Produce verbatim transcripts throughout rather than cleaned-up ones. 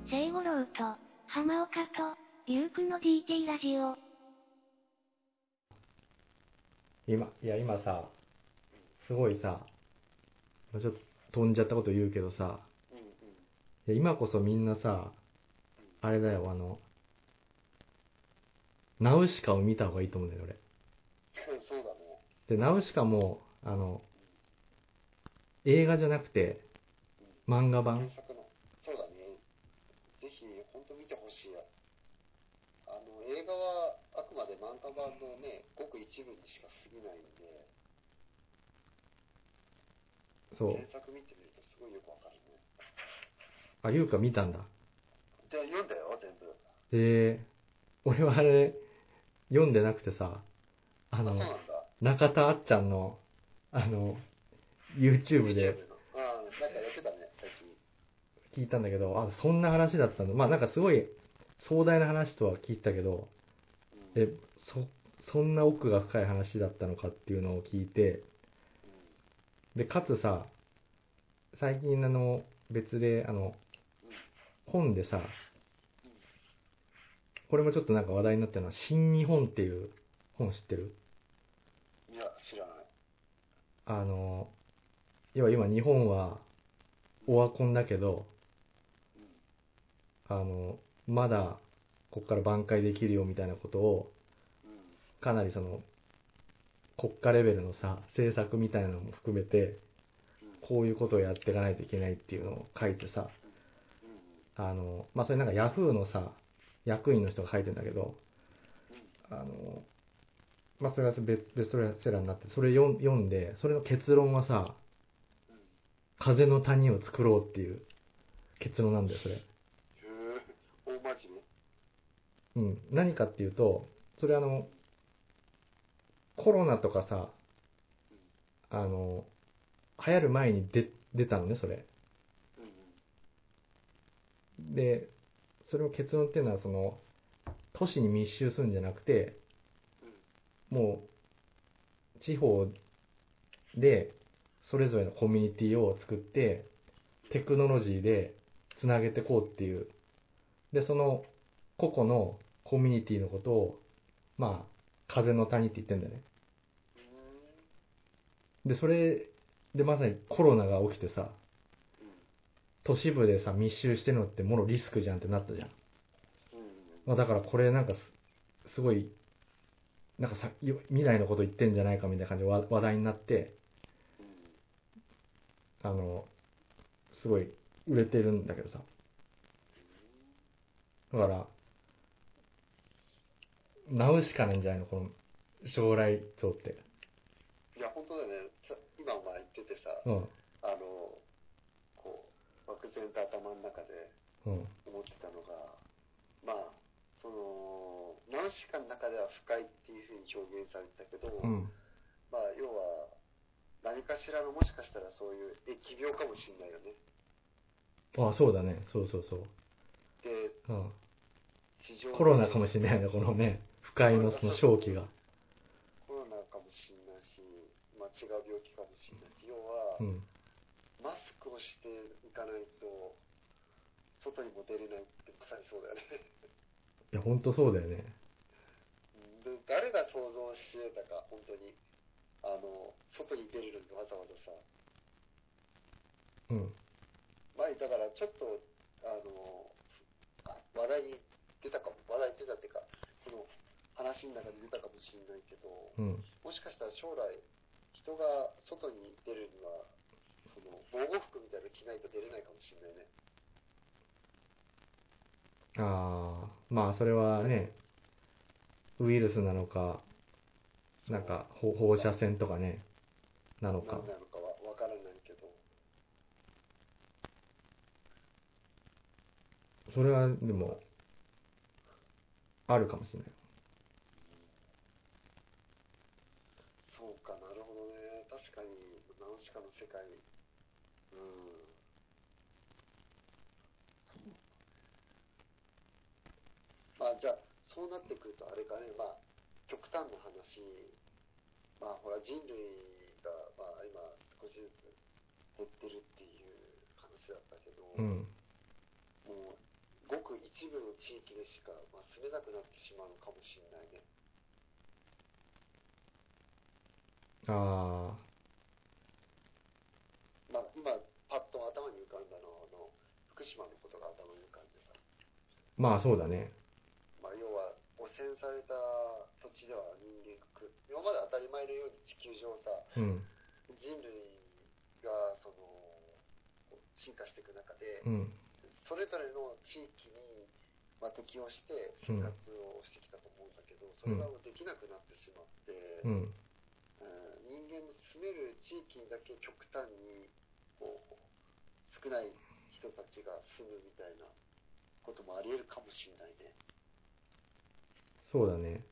聖五郎と、浜岡と、ゆうくの ディーティー ラジオ。 今、いや今さ、すごいさ、ちょっと飛んじゃったこと言うけどさ、 うんうん、いや今こそみんなさ、あれだよ、あの、ナウシカを見た方がいいと思うんだよ、俺。 そうだね。 で、ナウシカも、あの、映画じゃなくて、漫画版。 原作の。そうだね。ぜひ、ほんと見てほしい。あの、映画はあくまで漫画版のね、ごく一部にしか過ぎないんで、 そう。 原作見てみるとすごいよくわかるね。 あ、ゆうか見たんだ。 じゃあ読んだよ、全部。 えー、俺はあれ、読んでなくてさ、あの、 あ、そうなんだ。 中田あっちゃんの、あの、YouTube で YouTube の。ああ、なんかやってたね、最近。 聞いたんだけど、あ、そんな話だったんだ。まあなんかすごい壮大な話とは聞いたけど、 うん、 え、そ、そんな奥が深い話だったのかっていうのを聞いて、で、かつさ、最近あの、別で、あの、 うん、うん、 本でさ、これもちょっとなんか話題になってるのは、新日本っていう本知ってる？ いや、知らない。 あの、要は今日本はオワコンだけど、 うん、 あの、まだこっから挽回できるよみたいなことを、 うん、 かなりその、国家レベルのさ、政策みたいなのも含めて、 うん、 こういうことをやっていかないといけないっていうのを書いてさ、 うん、 あの、まあ、それなんかヤフーのさ、役員の人が書いてんだけど、 うん、 あの、まあ、それがベストセラーになって、それ読んで、それの結論はさ、 うん。 風の谷を作ろうっていう結論なんだよ、それ。 へえ、大真面うん。何かっていうと、それあの、コロナとかさ、あの、流行る前に出、出たのね、それ。 目。うん、 で、それを結論っていうのは、その、都市に密集するんじゃなくて、 うん、 もう、地方で、それぞれのコミュニティを作って、テクノロジーでつなげていこうっていう。で、その、個々のコミュニティのことを、まあ、風の谷って言ってんだよね。で、それでまさにコロナが起きてさ、 うん、 都市部でさ、密集してるのってもろリスクじゃんってなったじゃん。 うん、 まあ、だからこれなんかす、すごい、なんかさ、未来のこと言ってんじゃないかみたいな感じで話題になって、あの、すごい売れてるんだけどさ。だから、ナウシカなんじゃないのこの将来像って。 いや、本当だね。さ今お前言っててさ、 うん。 あの、こう、漠然と頭の中でうん。 思ってたのが、まあ、その、ナウシカの中では不快っていうふうに表現されてたけど、 うん。 まあ、要は、何かしらのもしかしたらそういう疫病かもしれないよね。 あ、そうだね。そうそうそう。 で、 うん。 地上でコロナかもしれないね、このね、不快のその正気が。 コロナかもしれないし、まあ、違う病気かもしれないし、要は、 うん。 マスクをしていかないと、外にも出れないってまさにそうだよね。 いや、ほんとそうだよね。 で誰が想像してたか、本当に。あの、外に出れるんでわざわざさ。 うん。 前、だからちょっと、あの、話題に出たかも、話題に出たっていうか、この話の中に出たかもしれないけど、 うん。 もしかしたら将来、人が外に出るには、その、防護服みたいなの着ないと出れないかもしれないね。 ああ、まあそれはね、ウイルスなのか、なんか放放射線とかね、なのか。 何なのかはわからないけど。 それはでも、あるかもしれない。 そうかなるほどね。確かに、ナウシカの世界、うん。まあじゃあ、そうなってくるとあれかね、まあ、極端な話、まあほら人類が、まあ今少しずつ減ってるっていう話だったけど、 うん。 もう一部の地域でしか、まあ、住めなくなってしまうのかもしれないね。 ああ、 まあ、今パッと頭に浮かんだのはあの福島のことが頭に浮かんでさ、 まあそうだね。 まあ、要は汚染された土地では人間が食う、今まで当たり前のように地球上さ、 うん。 人類がその進化していく中で、 うん。 それぞれの地域に、まあ、適応して生活をしてきたと思うんだけど、それができなくなってしまって、 うん。 うん、人間の住める地域にだけ極端にこう少ない人たちが住むみたいなこともあり得るかもしれないね。 そうだね。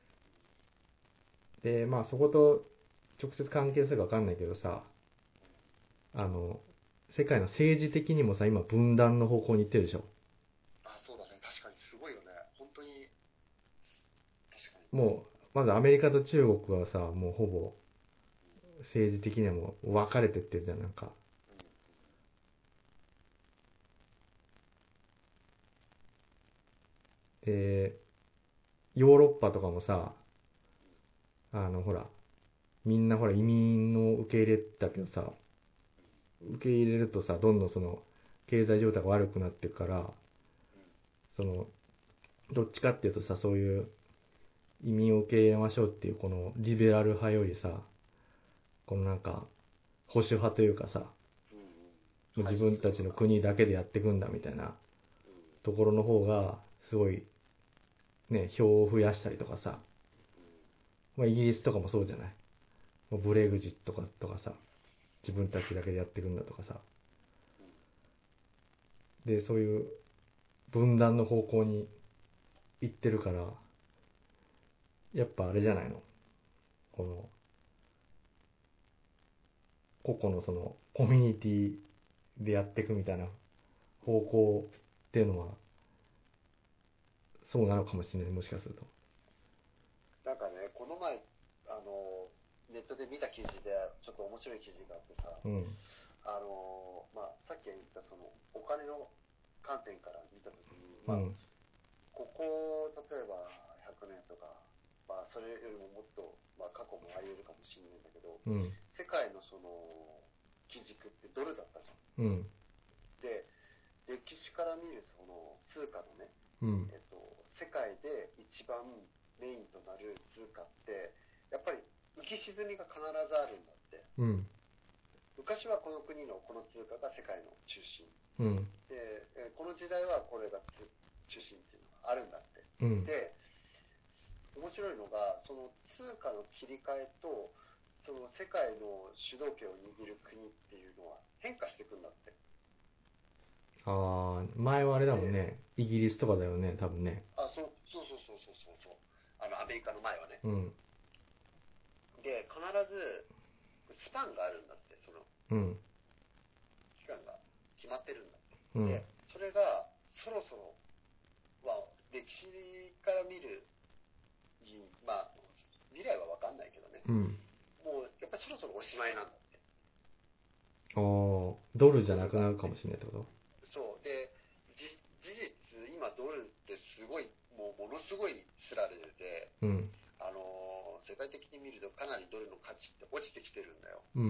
で、まあそこと直接関係するかわかんないけどさ、あの、世界の政治的にもさ、今分断の方向に行ってるでしょ。 あ、そうだね。確かにすごいよね。本当に、確かに。 もう、まずアメリカと中国はさ、もうほぼ政治的にはもう分かれてってるじゃん、なんか。で、ヨーロッパとかもさ、あの、ほら、みんなほら移民を受け入れたけどさ、受け入れるとさ、どんどんその、経済状態が悪くなっていくから、その、どっちかっていうとさ、そういう移民を受け入れましょうっていうこのリベラル派よりさ、このなんか、保守派というかさ、もう自分たちの国だけでやっていくんだみたいなところの方が、すごい、ね、票を増やしたりとかさ、まあイギリスとかもそうじゃない。もうブレグジットとかとかさ、自分たちだけでやっていくんだとかさ。で、そういう分断の方向に行ってるから、やっぱあれじゃないの。この、個々のそのコミュニティでやっていくみたいな方向っていうのは、そうなのかもしれない、もしかすると。 なんかね、この前、あの、ネットで見た記事で、ちょっと面白い記事があってさ、 うん。 あの、まあ、さっき言ったその、お金の観点から見たときに、まあ、 うん。 ここ、例えばひゃくねんとか、まあ、それよりももっと、まあ、過去もあり得るかもしれないんだけど、 うん。 世界のその、基軸ってドルだったじゃん。 うん。 で、歴史から見るその通貨のね、 うん。 えっと、世界で一番メインとなる通貨って、やっぱり浮き沈みが必ずあるんだって。 うん。 昔はこの国のこの通貨が世界の中心。 うん。 で、えこの時代はこれが中心っていうのがあるんだって。 うん。 で、面白いのが、その通貨の切り替えと、その世界の主導権を握る国っていうのは変化していくんだって。 ああ、前はあれだもんね。イギリスとかだよね、多分ね。 あ、そうそうそうそうそうそうそう。あの、アメリカの前はね。 うん。 で、必ず、スパンがあるんだって、その、 うん。 期間が決まってるんだって。 うん。 で、それが、そろそろ、まあ、歴史から見るに、まあ、未来は分かんないけどね。 うん。 もう、やっぱりそろそろおしまいなんだって。 ああ、ドルじゃなくなるかもしれないってこと？ そう。で、じ事実、今ドルってすごい、もうものすごいすられてて、 うん。 あのー世界的に見るとかなりドルの価値って落ちてきてるんだよ。 うん。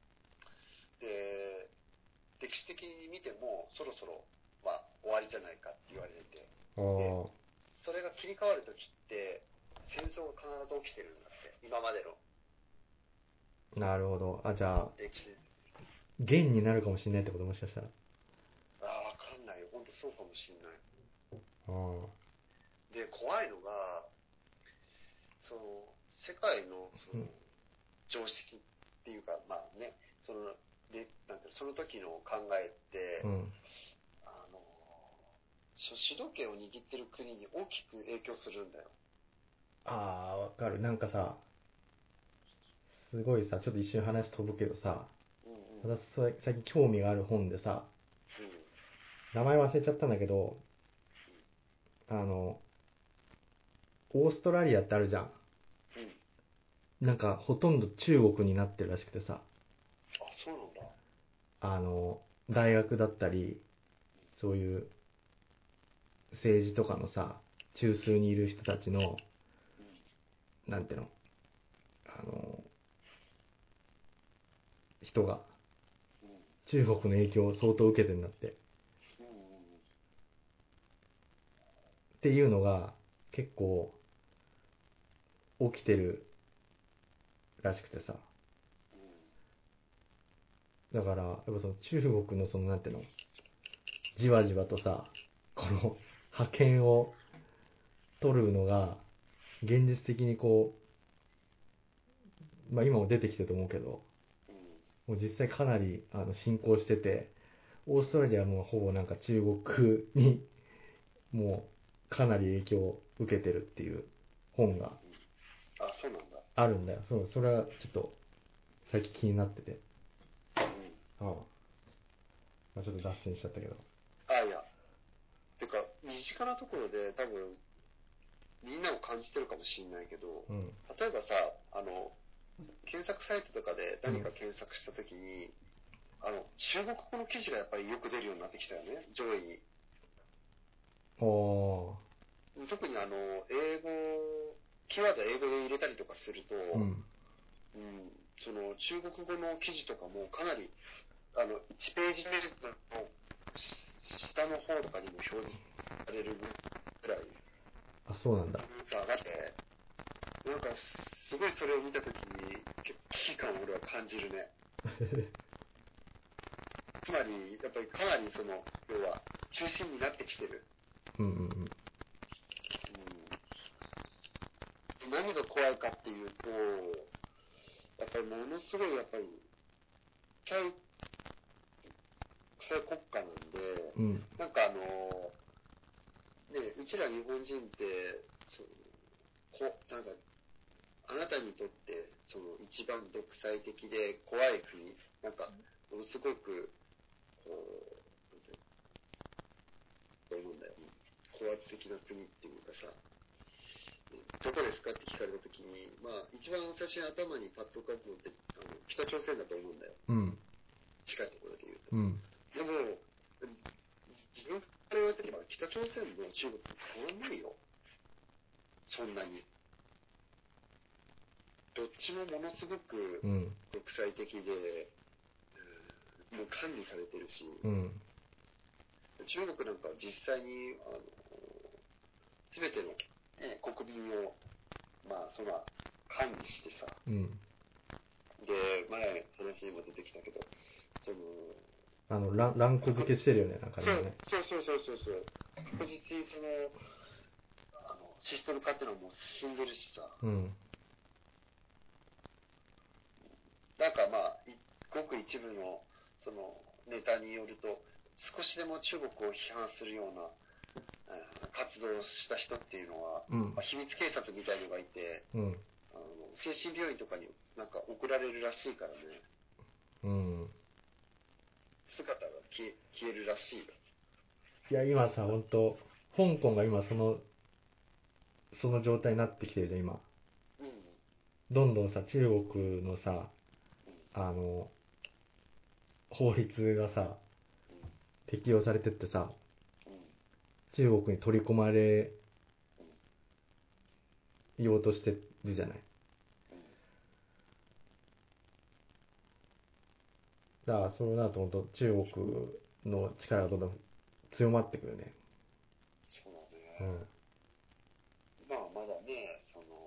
で、歴史的に見てもそろそろ、まあ、終わりじゃないかって言われてて、 ああ。 それが切り替わるときって戦争が必ず起きてるんだって、今までのなるほど。あ、じゃあ、 歴史。 元になるかもしれないってこと、もしかしたら。 ああ、わかんないよ。本当そうかもしんない。 ああ。 で、怖いのが、その、世界の、その、常識っていうか、まあね、その、で、なんていうの、その時の考えって、 うん。 あの、主導権を握ってる国に大きく影響するんだよ。 ああ、わかる。なんかさ、すごいさ、ちょっと一瞬話飛ぶけどさ、 うんうん。 私さ最近興味がある本でさ、名前忘れちゃったんだけど、あの、オーストラリアってあるじゃん。 うん。うん。 なんかほとんど中国になってるらしくてさ、 あ、そうなんだ。 あの、大学だったり、そういう政治とかのさ、中枢にいる人たちの、なんていうの、あの、人が、中国の影響を相当受けてるんだって。っていうのが、結構、起きてるらしくてさ。だから、やっぱその中国のその、なんていうの、じわじわとさ、この覇権を取るのが、現実的にこう、まあ今も出てきてると思うけど、もう実際かなりあの進行してて、オーストラリアはもうほぼなんか中国にもうかなり影響を受けてるっていう本があ、そうなんだ。 あるんだよ。そう、それはちょっと最近気になってて。 うん。 ああ。まあ、ちょっと脱線しちゃったけど。 あ、いや。てか、身近なところで多分、みんなも感じてるかもしれないけど、 うん。 例えばさ、あの、検索サイトとかで何か検索したときに、うん、あの、中国語の記事がやっぱりよく出るようになってきたよね、上位に。 おー。特にあの、英語、キーワード英語で入れたりとかすると、 うん。 うん、その中国語の記事とかもかなり、あの、いちページ目の下の方とかにも表示されるぐらい。 あ、そうなんだ。 上がって、なんかすごいそれを見たときに結構危機感を俺は感じるね。つまり、やっぱりかなりその、要は中心になってきてる。 うんうんうん。 うん、何が怖いかっていうと、やっぱりものすごいやっぱり、国際国家なんで、 うん、 なんかあの、ね、うちら日本人って、そのこなんか、あなたにとって、その一番独裁的で怖い国、なんか、ものすごく、こう、と思うんだよ。高圧的な国っていうかさ、どこですかって聞かれたときに、まあ、一番最初に頭にパッと浮かぶのって、あの北朝鮮だと思うんだよ。 うん。 近いところで言うと。 うん。 でも、自分から言わせれば、北朝鮮も中国と変わんないよ。そんなに。どっちもものすごく独裁的で、うん、もう管理されてるし、 うん、 中国なんか実際に、あの、すべての、ね、国民を、まあ、その、管理してさ、 うん、 で、前話にも出てきたけど、その、 あの、ラン、ランク付けしてるよね、なんかね。 そうそうそうそうそう。確実にその、あの、システム化っていうのはもう進んでるしさ、 うん。 なんかまあ、ごく一部の、その、ネタによると、少しでも中国を批判するような、えー、活動をした人っていうのは、 うん、 まあ、秘密警察みたいのがいて、 うん、 あの精神病院とかになんか送られるらしいからね。 うん。 姿が消え、消えるらしいよ。 いや、今さ、ほんと、香港が今その、その状態になってきてるじゃん、今。 うん。 どんどんさ、中国のさ、あの、法律がさ、適用されてってさ、中国に取り込まれようとしてるじゃない。だから、そうなると本当中国の力がどんどん強まってくるね。 そうだね。うん。まあ、まだね、その、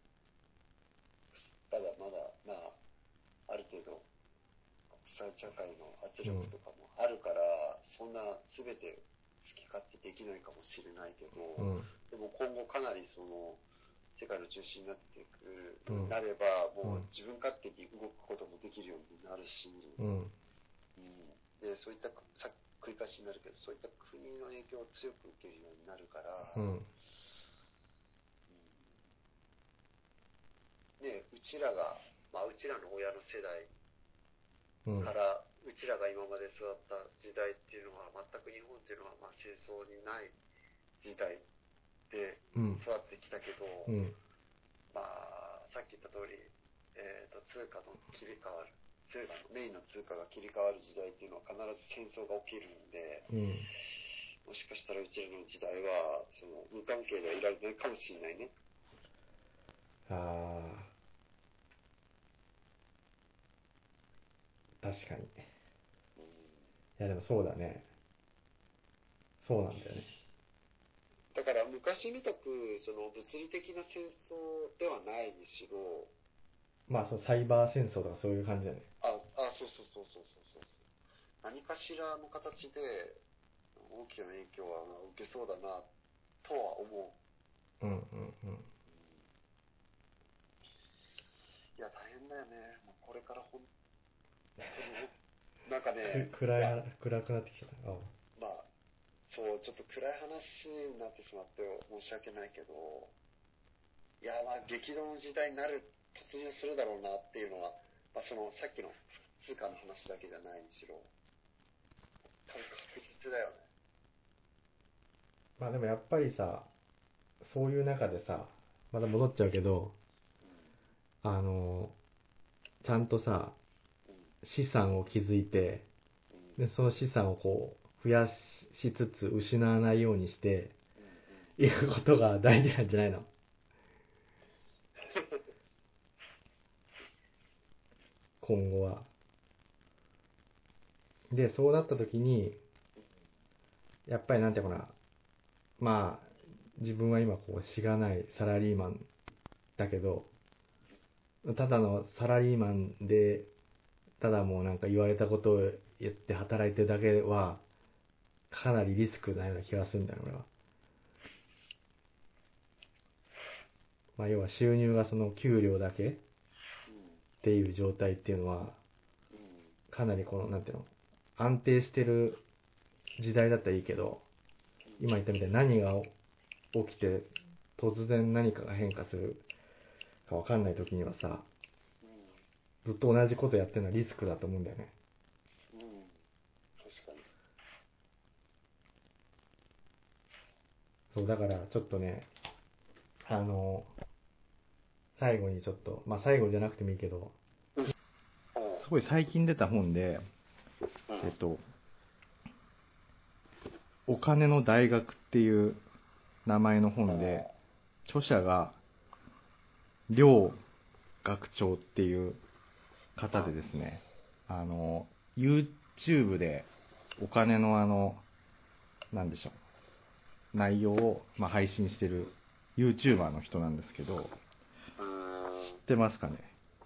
まだまだ、まあ、ある程度、国際社会の圧力とかもあるから、うん、そんな全て好き勝手できないかもしれないけど、うん、でも今後かなりその、世界の中心になってくる、うん、なれば、もう自分勝手に動くこともできるようになるし、うんうん、で、そういった、さ繰り返しになるけど、そういった国の影響を強く受けるようになるから、うんね、うちらが、まあ、うちらの親の世代から、うん、うちらが今まで育った時代っていうのは、全く日本っていうのは、まあ、戦争にない時代で育ってきたけど、うん、まあ、さっき言った通り、えーと、通貨の切り替わる、通貨のメインの通貨が切り替わる時代っていうのは必ず戦争が起きるんで、うん、 もしかしたらうちらの時代はその無関係ではいられないかもしれないね。 ああ、確かに。いやでもそうだね。そうなんだよね。 だから昔みたくその物理的な戦争ではないにしろ、 まあそのサイバー戦争とかそういう感じだね。 あ、あ、そうそうそうそうそうそう。何かしらの形で大きな影響は受けそうだなとは思う。 うんうんうん。 いや大変だよね。もうこれから本当になんかね、 暗いいや暗くなってきた。ああ、 まあそうちょっと暗い話になってしまって申し訳ないけど、いやまあ激動の時代になる突入するだろうなっていうのは、まあそのさっきの通貨の話だけじゃないにしろ、多分確実だよね。 まあでもやっぱりさ、そういう中でさ、まだ戻っちゃうけど、あの、ちゃんとさ、資産を築いて、で、その資産をこう、増やしつつ失わないようにして、いくことが大事なんじゃないの？今後は。で、そうなった時に、やっぱりなんていうかな、まあ、自分は今こう、しがないサラリーマンだけど、ただのサラリーマンで、ただもうなんか言われたことを言って働いてるだけは、かなりリスクなような気がするんだよ、俺は。まあ、要は収入がその給料だけっていう状態っていうのは、かなりこの、なんていうの、安定してる時代だったらいいけど、今言ったみたいに何が起きて、突然何かが変化するか分かんない時にはさ、ずっと同じことやってるのはリスクだと思うんだよね。 うん、確かに。 そう、だからちょっとね、あの、最後にちょっと、まあ最後じゃなくてもいいけど、すごい最近出た本で、えっと、お金の大学っていう名前の本で、著者が、梁学長っていう方でですね、あの、YouTube でお金のあの、なんでしょう、内容を、まあ、配信してる YouTuber の人なんですけど、知ってますかね？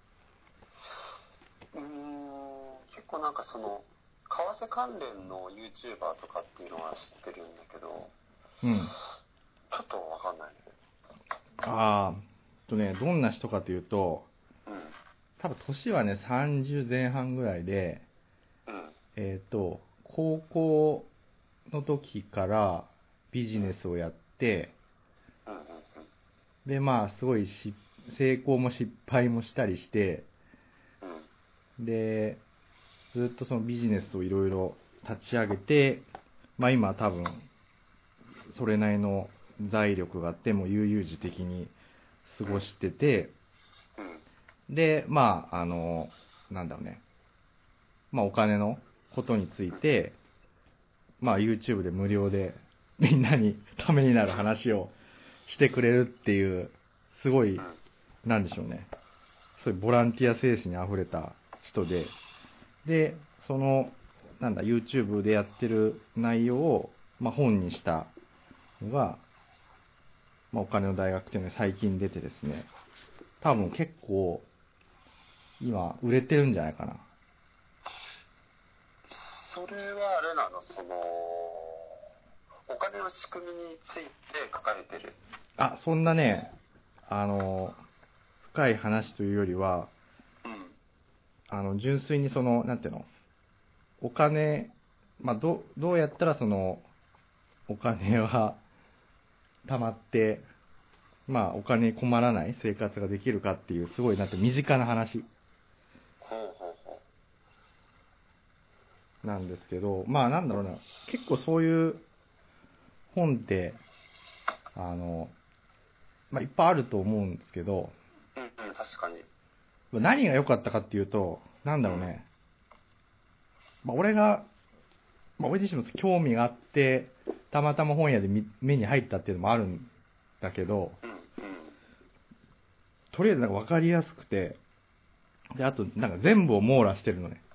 うーん、結構なんかその、為替関連の YouTuber とかっていうのは知ってるんだけど、 うん。 ちょっとわかんないね。 あーとね、どんな人かというと、 うん。 多分年はね、さんじゅう前半ぐらいで、 うん。 えっと、高校の時からビジネスをやって、 うんうんうん。 で、まあ、すごいし成功も失敗もしたりして、 うん。 で、ずっとそのビジネスをいろいろ立ち上げて、まあ今は多分、それなりの財力があっても悠々自適に過ごしてて、で、まあ、あの、なんだろうね、まあお金のことについて、まあ YouTube で無料でみんなにためになる話をしてくれるっていう、すごい、なんでしょうね、そういうボランティア精神にあふれた人で、で、その、なんだ、YouTube でやってる内容を、まあ、本にしたのが、まあ、お金の大学っていうのが最近出てですね、多分結構、今、売れてるんじゃないかな。 それはあれなの、その、お金の仕組みについて書かれてる。 あ、そんなね、あの、深い話というよりは、 うん。 あの、純粋にその、なんていうの、お金、まあ、ど、どうやったらその、お金は貯まって、まあ、お金に困らない生活ができるかっていう、すごいなんて身近な話ほうほうほなんですけど、まあなんだろうな、結構そういう本って、あの、まあいっぱいあると思うんですけど、 う。うんうん、確かに。 何が良かったかっていうと、なんだろうね、まあ俺が、まあ俺自身も興味があって、 たまたま本屋で目に入ったっていうのもあるんだけど、 うんうんとりあえずなんか分かりやすくて、で、あとなんか全部を網羅してるのね。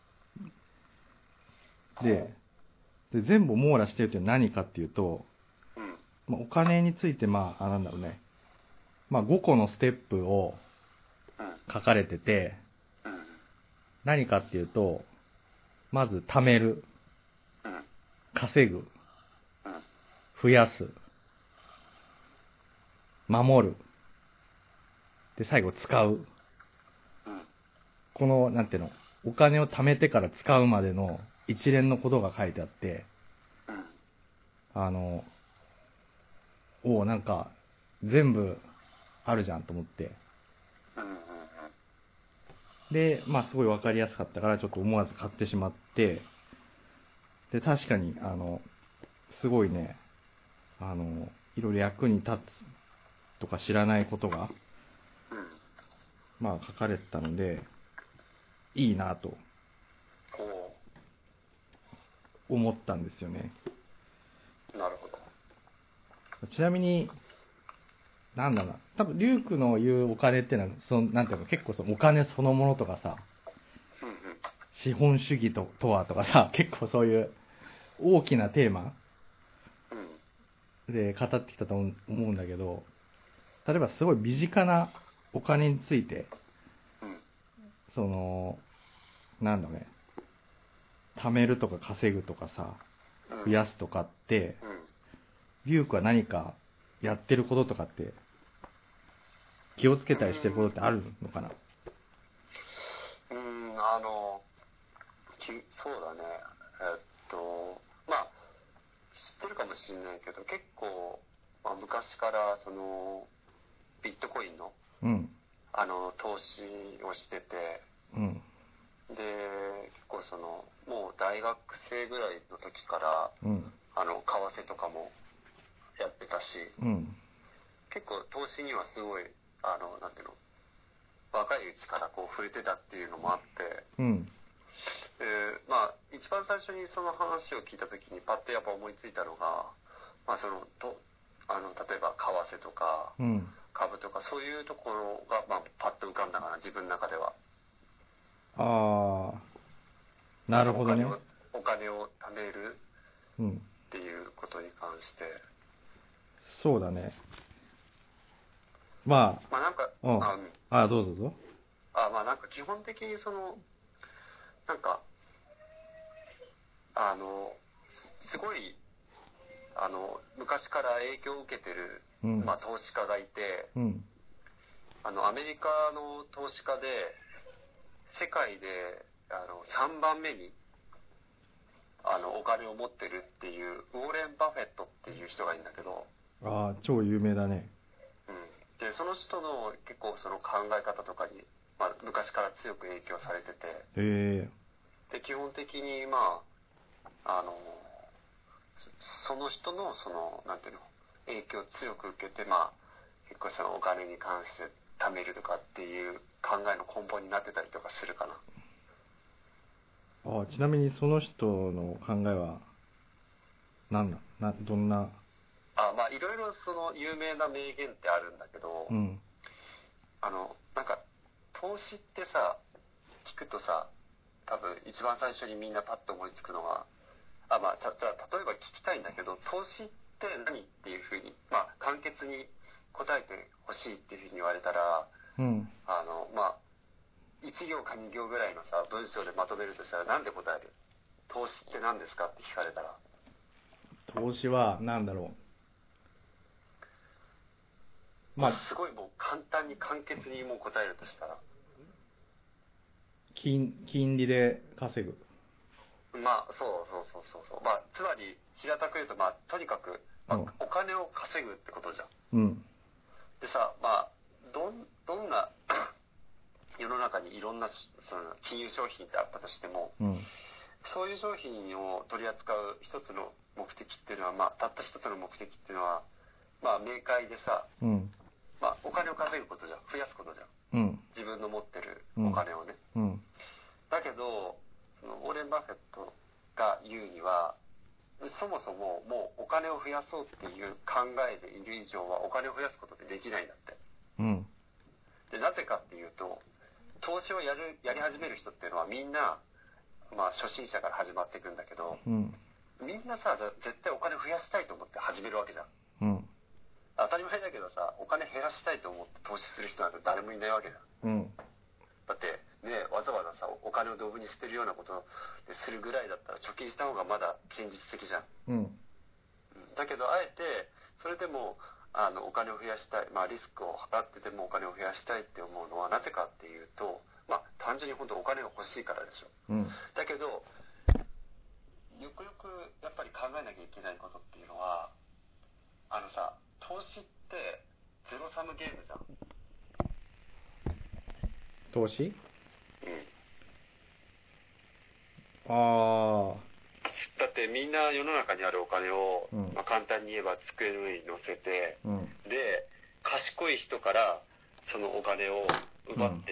で、で全部を網羅してるって何かっていうと、 うんまあ、お金についてまあ、あなんだろうね、まあごこのステップをうん書かれてて、 うん何かっていうと、まず貯める、 うん稼ぐ、 うん増やす、守る、で最後使う。 うんこの、なんていうの、お金を貯めてから使うまでの一連のことが書いてあって、 うんあの、おお、なんか、全部あるじゃんと思って。 うんうんで、まあすごいわかりやすかったから、ちょっと思わず買ってしまって、で、確かに、あの、すごいね、あの、いろいろ役に立つとか知らないことが、 うんまあ書かれてたので、いいなとお思ったんですよね。 ーなるほど。 ちなみに、なんだろうな、多分、リュウクの言うお金っていうのは、その、なんていうの、結構そのお金そのものとかさ、 うんうん資本主義ととはとかさ、結構そういう大きなテーマうんで語ってきたと思うんだけど、例えばすごい身近なお金について、 うんその、なんだろうね、貯めるとか稼ぐとかさ、 うん増やすとかって、 うんリュウクは何かやってることとかって、気をつけたりしてることってあるのかな？ うーん、あの、きそうだね。えっと、まあ、知ってるかもしれないけど、結構、まあ、昔からその、ビットコインの、 うん。 あの、投資をしてて、 うん。 で、結構その、もう大学生ぐらいの時から、 うん。 あの、為替とかもやってたし、 うん。 結構投資にはすごい、あの、なんていうの、若いうちからこう触れてたっていうのもあって、 うん。 でまあ一番最初にその話を聞いた時にパッとやっぱ思いついたのが、まあそのとあの例えば為替とかうん。 株とかそういうところが、まあ、パッと浮かんだかな、自分の中では。 ああ、なるほどね。 お金を、お金を貯めるうん。 っていうことに関して。 そうだね。まあ、 まあなんか、 うん。 あああ、どうぞどうぞ。 あまあなんか基本的にその、なんか、あの、すすごい、あの、昔から影響を受けてる、 うん。 まあ投資家がいて、 うん。 あの、アメリカの投資家で、世界で、あの、さんばんめに、あの、お金を持ってるっていう、ウォーレン・バフェットっていう人がいるんだけど、 ああ、超有名だね。 うん。で、その人の結構その考え方とかに、まあ、昔から強く影響されてて、 へえ。 で、基本的に、まあ、あの、そその人の、その、なんていうの、影響を強く受けて、まあ、結構そのお金に関して貯めるとかっていう考えの根本になってたりとかするかな。 ああ、ちなみにその人の考えは、なんだ、な、どんな、 あ、まあ、いろいろその有名な名言ってあるんだけど、 うん。 あの、なんか、投資ってさ、聞くとさ、多分一番最初にみんなパッと思いつくのは、あ、まあ、た、じゃあ例えば聞きたいんだけど、投資って何っていうふうに、まあ、簡潔に答えてほしいっていうふうに言われたら、 うん。 あの、まあ、いち行かに行ぐらいのさ、文章でまとめるとしたらなんで答える？投資って何ですかって聞かれたら。 投資は、なんだろう。まあ、 すごいもう簡単に簡潔にもう答えるとしたら。 金、金利で稼ぐ。 まあ、そうそうそうそうそう。まあ、つまり、平たく言うと、まあ、とにかく、まあうんお金を稼ぐってことじゃん。 うん。 でさ、まあ、どん、どんな、世の中にいろんなしその金融商品ってあったとしても、 うん。 そういう商品を取り扱う一つの目的っていうのは、まあ、たった一つの目的っていうのは、まあ、明快でさ、 うん。 まあ、お金を稼ぐことじゃん。増やすことじゃん。 うん。 自分の持ってるお金をね。 うん。 だけど、そのウォーレン・バフェットが言うには、 そもそももうお金を増やそうっていう考えでいる以上はお金を増やすことってできないんだって。 うん。 で、なぜかっていうと、投資をやる、やり始める人っていうのはみんな、まあ初心者から始まっていくんだけど、 うん。 みんなさ、絶対お金増やしたいと思って始めるわけじゃん。 うん。 当たり前だけどさ、お金減らしたいと思って投資する人なんて誰もいないわけじゃん。 うん。 だってね、わざわざさ、お金をドブに捨てるようなことするぐらいだったら貯金した方がまだ現実的じゃん。 うん。 だけどあえてそれでもあのお金を増やしたい、まあリスクを払ってでもお金を増やしたいって思うのはなぜかっていうと、まあ単純に本当お金が欲しいからでしょ。 うん。 だけどよくよくやっぱり考えなきゃいけないことっていうのは、あのさ、投資ってゼロサムゲームじゃん。 投資？ うん。 ああ。 だってみんな世の中にあるお金を、 うん、 まあ、簡単に言えば机の上に乗せて、 うん、 で賢い人からそのお金を奪ってって、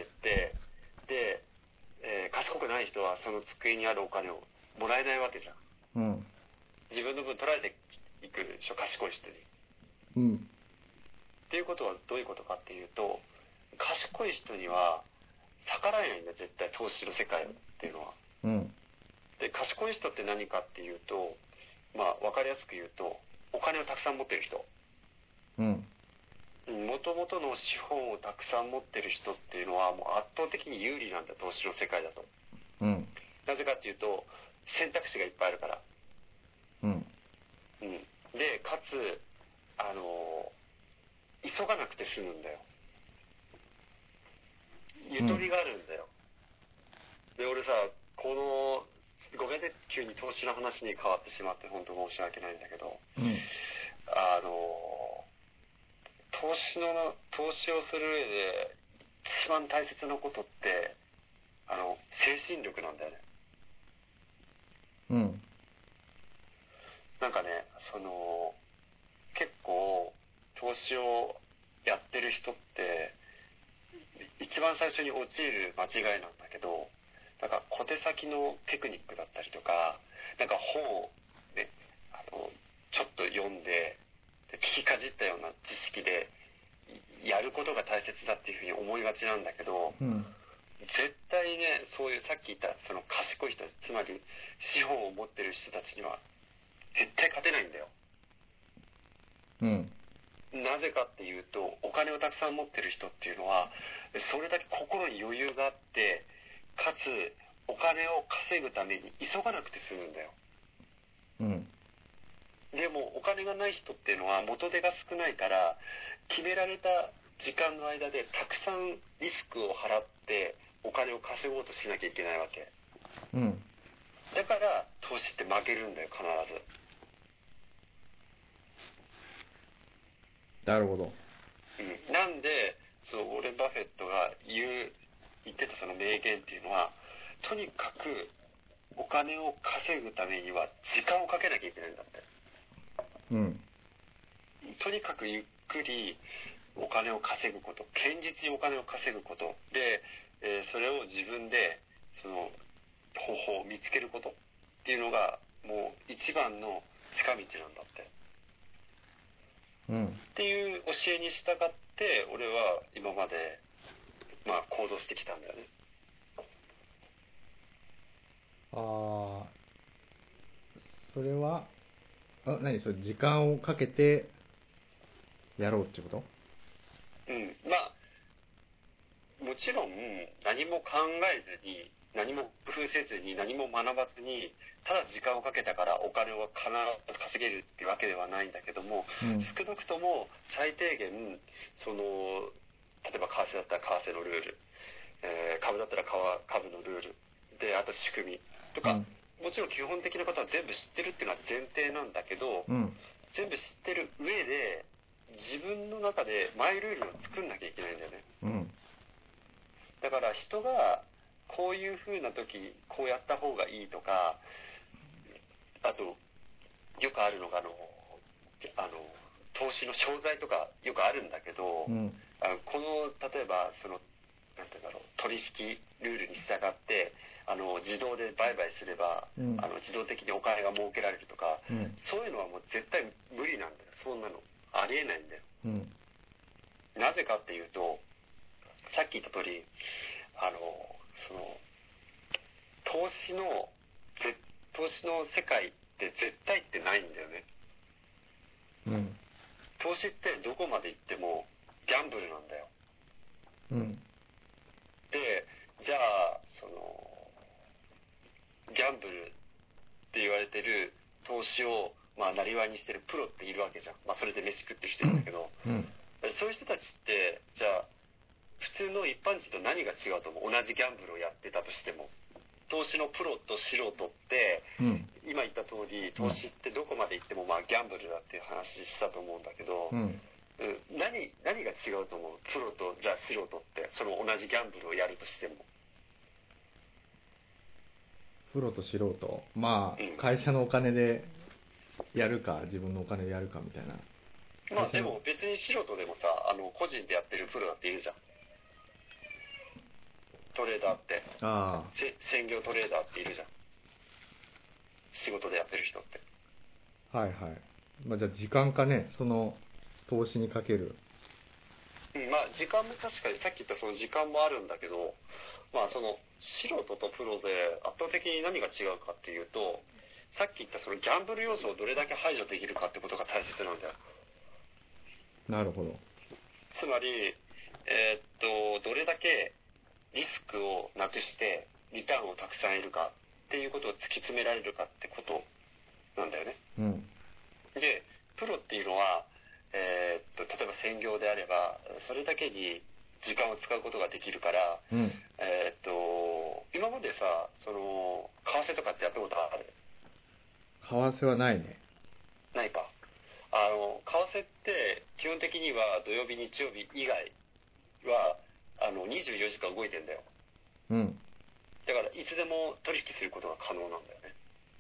うん、で、えー、賢くない人はその机にあるお金をもらえないわけじゃん。 うん、 自分の分取られていくでしょ、賢い人に。 うん。 っていうことはどういうことかっていうと、賢い人には逆らえないんだよ、絶対投資の世界っていうのは。 うん。 で、賢い人って何かっていうと、まあ分かりやすく言うと、お金をたくさん持ってる人。 うん。 もともとの資本をたくさん持ってる人っていうのはもう圧倒的に有利なんだ、投資の世界だと。 うん。 なぜかっていうと、選択肢がいっぱいあるから。 うん。 うん。で、かつ、あの、急がなくて済むんだよ。ゆとりがあるんだよ。うん、で、俺さ、この、ごめんね、急に投資の話に変わってしまって本当申し訳ないんだけど、 うん、 あの投資の投資をする上で一番大切なことってあの精神力なんだよね。 うん。 なんかね、その結構投資をやってる人って一番最初に陥る間違いなんだけど、なんか小手先のテクニックだったりとか、なんか本をね、あのちょっと読んで、で聞きかじったような知識でやることが大切だっていうふうに思いがちなんだけど、 うん、 絶対ね、そういうさっき言ったその賢い人たち、つまり資本を持ってる人たちには絶対勝てないんだよ。 うん。 なぜかっていうと、お金をたくさん持ってる人っていうのはそれだけ心に余裕があって、かつお金を稼ぐために急がなくて済むんだよ。 うん。 でもお金がない人っていうのは元手が少ないから、決められた時間の間でたくさんリスクを払ってお金を稼ごうとしなきゃいけないわけ。 うん。 だから投資って負けるんだよ、必ず。 なるほど。 うん、なんでそのウォーレン・バフェットが言う言ってたその名言っていうのは、とにかくお金を稼ぐためには時間をかけなきゃいけないんだって。 うん。 とにかくゆっくりお金を稼ぐこと、堅実にお金を稼ぐことで、えー、それを自分でその方法を見つけることっていうのがもう一番の近道なんだって。 うん。 っていう教えに従って俺は今までまあ行動してきたんだよね。 ああ、それは、あ、何それ、時間をかけてやろうってこと？ うん、まあもちろん何も考えずに何も工夫せずに何も学ばずにただ時間をかけたからお金を必ず稼げるっていうわけではないんだけども、うん、少なくとも最低限その例えば為替だったら為替のルール、えー、株だったら株のルールで、あと仕組みとか、うん、もちろん基本的なことは全部知ってるっていうのは前提なんだけど、うん、全部知ってる上で自分の中でマイルールを作んなきゃいけないんだよね。うん、だから人がこういう風な時こうやった方がいいとか、あとよくあるのがあのあの投資の商材とかよくあるんだけど、うん、あのこの例えばそのなんていうんだろう、取引ルールに従ってあの自動で売買すれば、 うん、 あの自動的にお金が儲けられるとか、 うん、 そういうのはもう絶対無理なんだよ。そんなのありえないんだよ。 うん、 なぜかっていうと、さっき言った通り、あのその投資のぜ投資の世界って絶対ってないんだよね。 うん、 投資ってどこまで行ってもギャンブルなんだよ。 うん、 で、じゃあそのギャンブルって言われてる投資をまあ生業にしてるプロっているわけじゃん。まあそれで飯食ってる人いるんだけど、 うん、 そういう人たちってじゃあ普通の一般人と何が違うと思う？同じギャンブルをやってたとしても。投資のプロと素人って、うん、今言った通り投資ってどこまで行ってもまあギャンブルだっていう話したと思うんだけど、うん、何何が違うと思う？プロとじゃあ素人ってその同じギャンブルをやるとしても。 プロと素人、まあ、うん、会社のお金でやるか自分のお金でやるかみたいな。 まあでも別に素人でもさ、あの個人でやってるプロだっているじゃん。トレーダーって、 ああ、 専業トレーダーっているじゃん。仕事でやってる人って。 はいはい。まあじゃあ時間かね、その投資にかける。 うん、まあ時間も確かにさっき言ったその時間もあるんだけど、まあその素人とプロで圧倒的に何が違うかっていうと、さっき言ったそのギャンブル要素をどれだけ排除できるかってことが大切なんだよ。 なるほど。 つまり、えー、っと、どれだけリスクをなくしてリターンをたくさん得るかっていうことを突き詰められるかってことなんだよね。 うん、で、 プロっていうのは、えー、っと例えば専業であればそれだけに時間を使うことができるから、うん、えー、っと今までさ、その為替とかってやったことある？ 為替はないね。 ないか。あの為替って基本的には土曜日日曜日以外はあのにじゅうよじかん動いてんだよ。 うん。 だからいつでも取引することが可能なんだよね。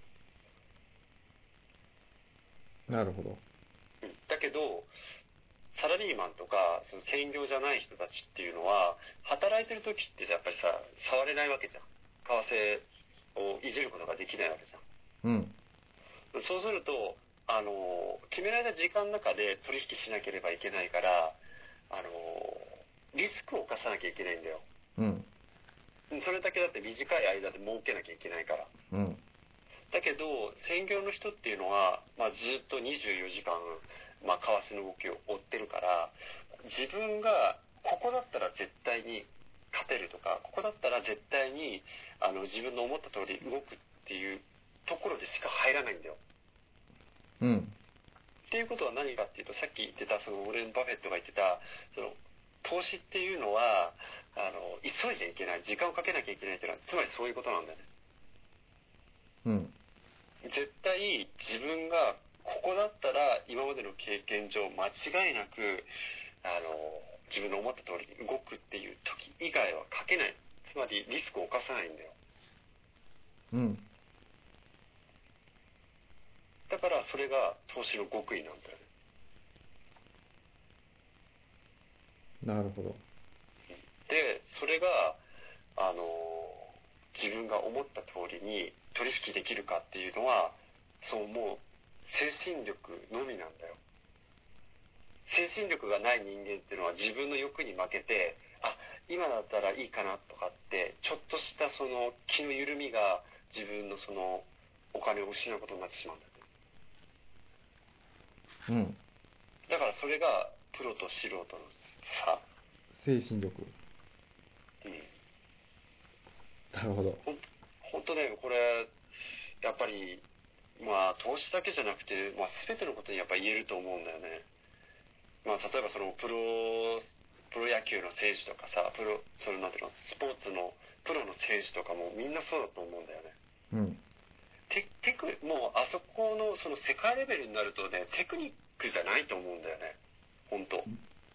なるほど。 うん、だけどサラリーマンとかその専業じゃない人たちっていうのは働いてる時ってやっぱりさ触れないわけじゃん。為替をいじることができないわけじゃん。うん。そうするとあの決められた時間の中で取引しなければいけないからあのリスクを冒さなきゃいけないんだよ。うん。それだけだって短い間で儲けなきゃいけないから。うん。だけど専業の人っていうのは、まあ、ずっとにじゅうよじかん、まあ、為替の動きを追ってるから自分がここだったら絶対に勝てるとかここだったら絶対にあの自分の思った通り動くっていうところでしか入らないんだよ。うん。っていうことは何かっていうとさっき言ってたそのウォーレン・バフェットが言ってたその投資っていうのはあの急いじゃいけない時間をかけなきゃいけないっていうのはつまりそういうことなんだよね。うん。絶対自分がここだったら今までの経験上間違いなくあの自分の思った通りに動くっていう時以外はかけない。つまりリスクを冒さないんだよ。うん。だからそれが投資の極意なんだよね。 なるほど。 でそれがあの自分が思った通りに取引できるかっていうのはそうもう精神力のみなんだよ。精神力がない人間っていうのは自分の欲に負けてあ今だったらいいかなとかってちょっとしたその気の緩みが自分のそのお金を失うことになってしまうんだよね。うん。だからそれがプロと素人の差。 精神力。うん。なるほど。 ほん本当ねこれやっぱりまあ投資だけじゃなくて、まあ、全てのことにやっぱり言えると思うんだよね。まあ、例えばそのプロプロ野球の選手とかさプロそれなんていうのスポーツのプロの選手とかもみんなそうだと思うんだよね。うん。テテクもうあそこのその世界レベルになるとねテクニックじゃないと思うんだよね本当。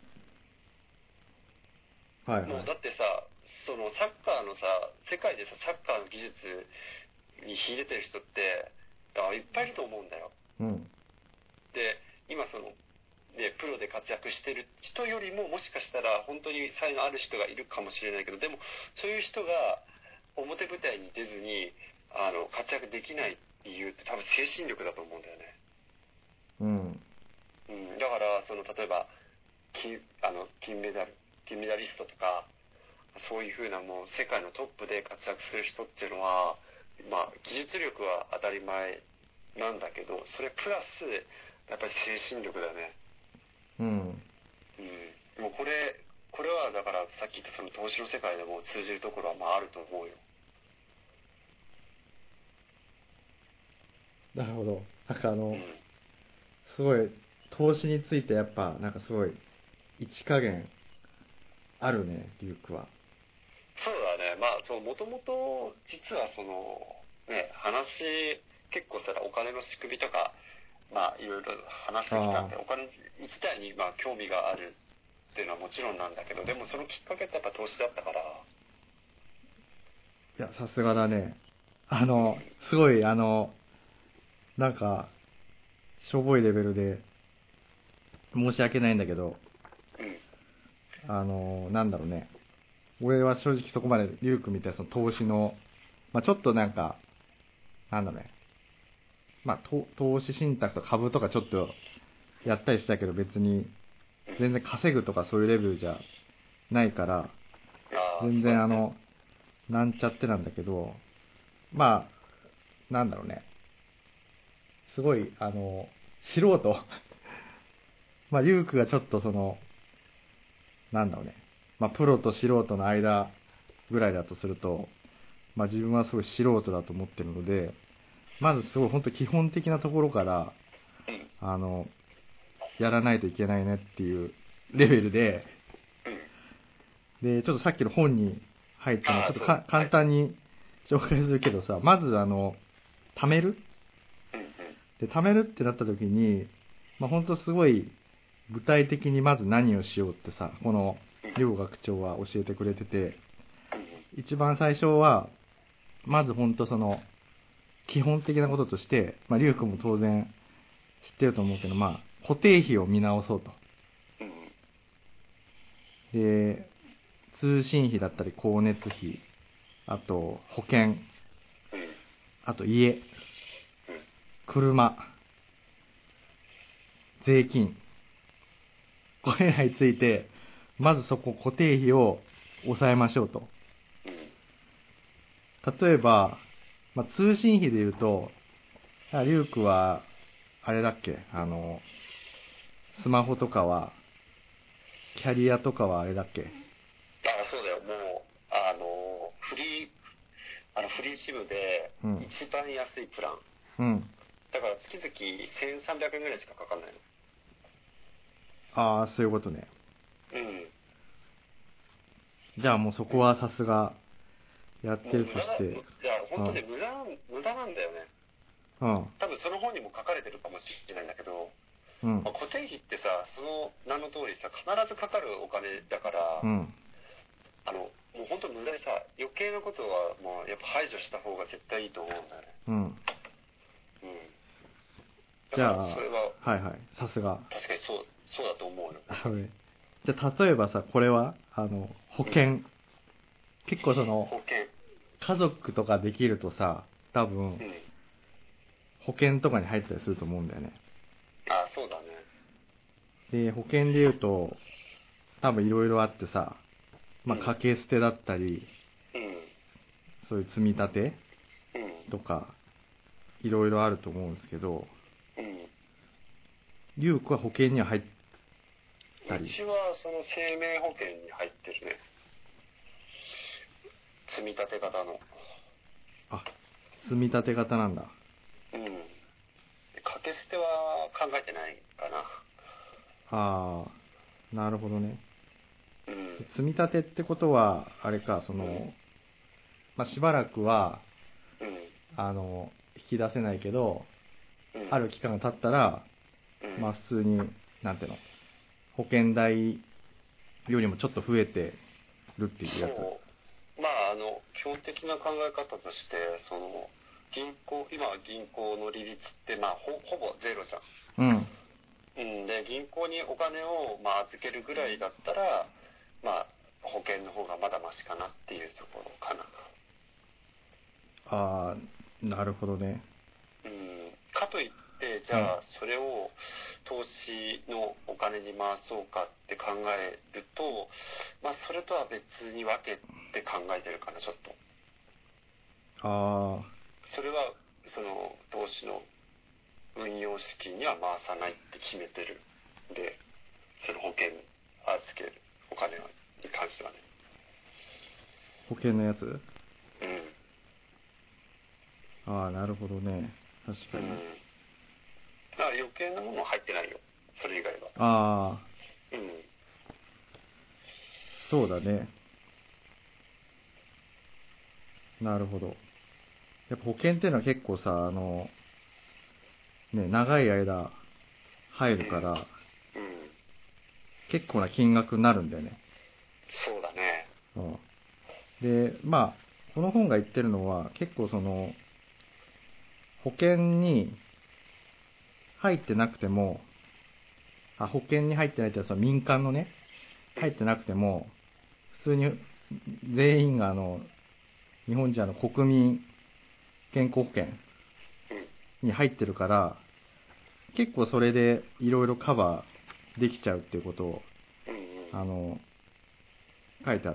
はいはい、もうだってさそのサッカーのさ世界でさサッカーの技術に秀でてる人ってあいっぱいいると思うんだよ。うん。で今そのね、プロで活躍してる人よりももしかしたら本当に才能ある人がいるかもしれないけど、でもそういう人が表舞台に出ずにあの活躍できない理由って多分精神力だと思うんだよね。 うん。 うん、だからその例えば金あの金メダル金メダリストとかそういう風なもう世界のトップで活躍する人っていうのは、まあ技術力は当たり前なんだけど、それプラスやっぱり精神力だね。 うん。 うん。もうこれこれはだからさっき言ったその投資の世界でも通じるところはまああると思うよ。 なるほど。なんかあの、 うん、 すごい、投資についてやっぱ、なんかすごい、一加減、あるね、リュウクは。 そうだね。まあそう、もともと実はそのね、話結構さ、お金の仕組みとかまあいろいろ話してきたんで、お金自体にまあ興味があるっていうのはもちろんなんだけど、でもそのきっかけってやっぱ投資だったから。 いや、さすがだね。あの、すごい、あの、なんか、しょぼいレベルで、申し訳ないんだけど、 うん。 あの、なんだろうね。俺は正直そこまでリュウクみたいなその投資の、まあちょっとなんか、なんだろうね。まあ投資信託とか株とかちょっとやったりしたけど別に全然稼ぐとかそういうレベルじゃないから、全然あの、なんちゃってなんだけど、まあ、なんだろうね。すごい、あの、素人。まあ、リュウクがちょっとその、なんだろうね。まあ、プロと素人の間ぐらいだとすると、まあ、自分はすごい素人だと思ってるので、まずすごい本当基本的なところから、あの、やらないといけないねっていうレベルで、で、ちょっとさっきの本に入っての、ちょっとか簡単に紹介するけどさ、まずあの、貯めるで、貯めるってなった時に、まあ、本当すごい具体的にまず何をしようってさ、この両学長は教えてくれてて、一番最初は、まず本当その、基本的なこととして、まあ、リュウ君も当然知ってると思うけど、まあ、固定費を見直そうと。で、通信費だったり光熱費、あと保険、あと家、車、税金。これらについて、まずそこ固定費を抑えましょうと。例えば、まあ、通信費で言うと、リュウクは、あれだっけ、あの、スマホとかは、キャリアとかはあれだっけ。 ああ、そうだよ。もう、あの、フリー、あの、フリーシムで、一番安いプラン。 うん。 だから月々せんさんびゃくえんぐらいしかかかんないの。 ああ、そういうことね。 うん。 じゃあもうそこはさすが、やってるとして。 いや、本当ね、無駄、無駄なんだよね。 うん。 多分その本にも書かれてるかもしれないんだけど、 うん。 まあ、固定費ってさ、その名の通りさ、必ずかかるお金だから、 うん。 あの、もう本当無駄でさ、余計なことはもうやっぱ排除した方が絶対いいと思うんだよね。 うん。 うん。 じゃあ、 それは、 はいはい、さすが。 確かにそう、そうだと思うよ。 じゃあ例えばさ、これは、あの、保険。うん、結構その、 保険。 家族とかできるとさ、多分、うん、保険とかに入ったりすると思うんだよね。 ああ、そうだね。 で、保険で言うと、多分いろいろあってさ、まあ、掛け捨てだったり、うん、そういう積み立てとか、いろいろあると思うんですけど、うん、リュウクは保険には入ったり。 うちはその生命保険に入ってるね。積み立て型の。 あ、積み立て型なんだ。 うん。掛け捨ては考えてないかな。 ああ、なるほどね。 うん、 積み立てってことは、あれか、その、うん、まあ、しばらくは、うん、あの、引き出せないけど、うん、ある期間が経ったら、うん、まあ普通に、なんていうの、保険代よりもちょっと増えてるっていうやつ。 そう。まあ、あの、基本的な考え方として、その、銀行、今は銀行の利率って、まあほ、ほぼゼロじゃん。 うん。 うん、で銀行にお金を、まあ、預けるぐらいだったら、まあ、保険の方がまだマシかなっていうところかな。 ああ、なるほどね。 うん、かといってじゃあそれを投資のお金に回そうかって考えると、まあ、それとは別に分けて考えてるかなちょっと。 ああ、 それはその投資の運用資金には回さないって決めてるんで、その保険預けるお金に関してはね。 保険のやつ？ うん。 ああ、なるほどね。確かに。 うん。だから余計なもの入ってないよ、それ以外は。 ああ、 うん。 そうだね。なるほど。やっぱ保険っていうのは結構さ、あの、ね、長い間入るから、 うん。うん、 結構な金額になるんだよね。 そうだね。 うん。で、まあ、この本が言ってるのは、結構その、保険に入ってなくても、あ、保険に入ってないってその民間のね、入ってなくても、普通に全員があの、日本人の国民健康保険に入ってるから、結構それでいろいろカバーできちゃうっていうことを、あの、書いてあって、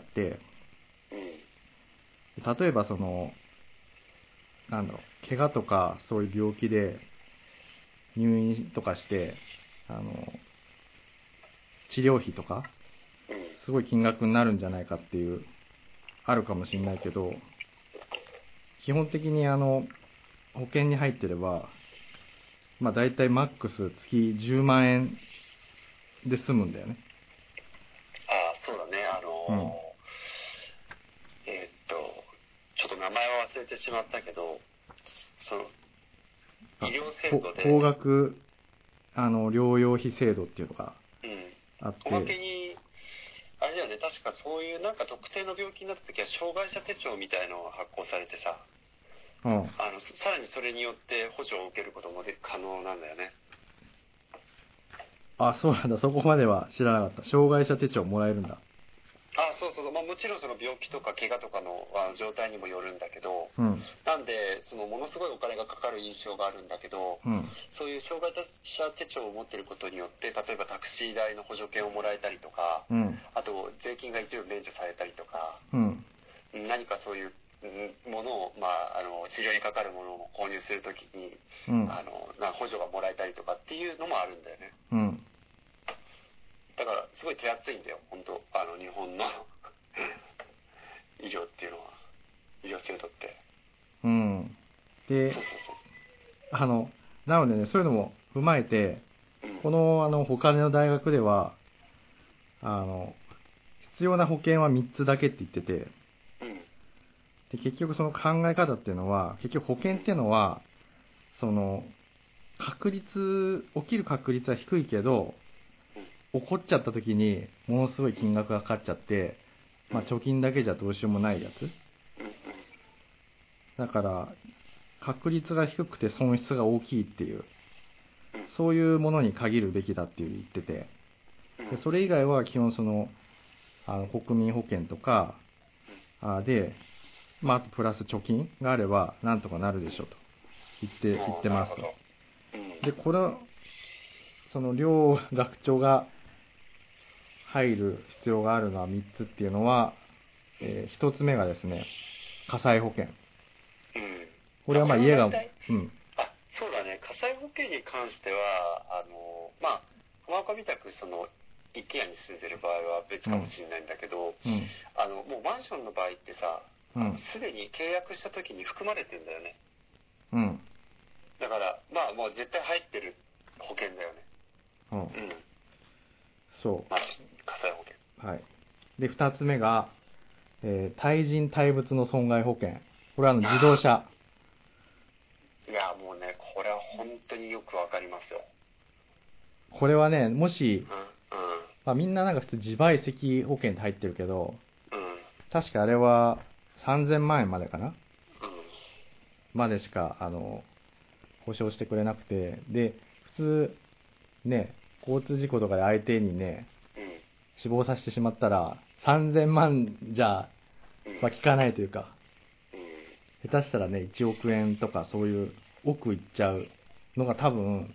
例えばその、なんだろう、怪我とかそういう病気で入院とかして、あの、治療費とか、すごい金額になるんじゃないかっていう、あるかもしれないけど、基本的にあの、保険に入ってれば、まあ大体マックス月じゅうまんえんで済むんだよね。 ああ、そうだね。あのー、うん、えー、っと、ちょっと名前は忘れてしまったけど、その、医療制度で。 高額、あの、療養費制度っていうのがあって。 うん、おまけに、あれだよね、確かそういうなんか特定の病気になった時は、障害者手帳みたいのが発行されてさ、うん、あのさらにそれによって補助を受けることもで可能なんだよね。 あ、そうなんだ。そこまでは知らなかった。障害者手帳もらえるんだ。 あ、そうそうそう。まあ、もちろんその病気とか怪我とかの状態にもよるんだけど、 うん、 なんでそのものすごいお金がかかる印象があるんだけど、うん、そういう障害者手帳を持っていることによって、例えばタクシー代の補助券をもらえたりとか、うん、あと税金が一部免除されたりとか、うん、何かそういうものを、まあ、あの治療にかかるものを購入するときに、うん、あのな補助がもらえたりとかっていうのもあるんだよね。うん、だからすごい手厚いんだよ、本当あの日本の医療っていうのは、医療制度って。 うん。で、そうそうそう。あの、なのでね、そういうのも踏まえて、うん、このあの他の大学では、あの、必要な保険はみっつだけって言ってて、で結局その考え方っていうのは、結局保険っていうのは、その、確率、起きる確率は低いけど、起こっちゃった時にものすごい金額がかかっちゃって、まあ貯金だけじゃどうしようもないやつ。だから、確率が低くて損失が大きいっていう、そういうものに限るべきだって言ってて、でそれ以外は基本その、あの国民保険とかで、まあ、あとプラス貯金があればなんとかなるでしょうと言って言ってますと。でこれその両学長が入る必要があるのはみっつっていうのは、えー、ひとつめがですね、火災保険。うん、これはまあ家が、うん、あ、 そうだね、火災保険に関してはあのまあ浜岡みたくその一軒家に住んでる場合は別かもしれないんだけど、うん、あのもうマンションの場合ってさ、すで、うん、に契約した時に含まれてんだよね。うん。だからまあもう絶対入ってる保険だよね。 うん。うん、そう。 まあ、火災保険。 はい。で二つ目が、えー、対人対物の損害保険。これはあの自動車。 いやもうね、これは本当によくわかりますよ。 これはね、もし、 うんうん、 まあ、みんななんか普通自賠責保険って入ってるけど、 うん、 確かあれはさんぜんまんえんまでかな、 うん、 までしかあの保証してくれなくて、で普通ね、 交通事故とかで相手にね、 うん。 死亡させてしまったら、さんぜんまんじゃ、まあ、効かないというか、 うん。 下手したらね、いちおくえんとかそういう億いっちゃうのが多分、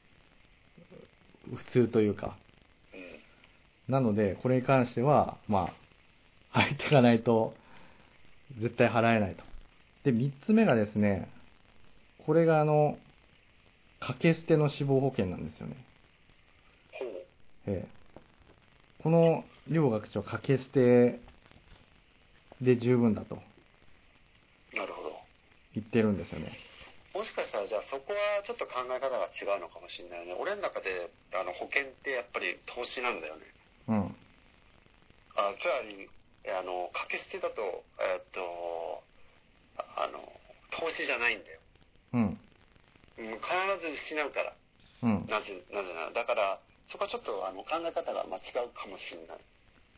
普通というか。 うん。 なので、これに関しては、まあ、入っていかないと、絶対払えないと。で、三つ目がですね、これがあの、掛け捨ての死亡保険なんですよね。 ほう。 ええ、この両学長、掛け捨てで十分だとなるほど。 言ってるんですよね。 もしかしたらじゃあそこはちょっと考え方が違うのかもしれないね。俺の中であの保険ってやっぱり投資なんだよね。 うん。 あ、つまりあの掛け捨てだとえーっとあの投資じゃないんだよ。 うん。 うん、必ず失うから。 うん。 なぜなぜならだからそこはちょっとあの考え方がまあ違うかもしれない。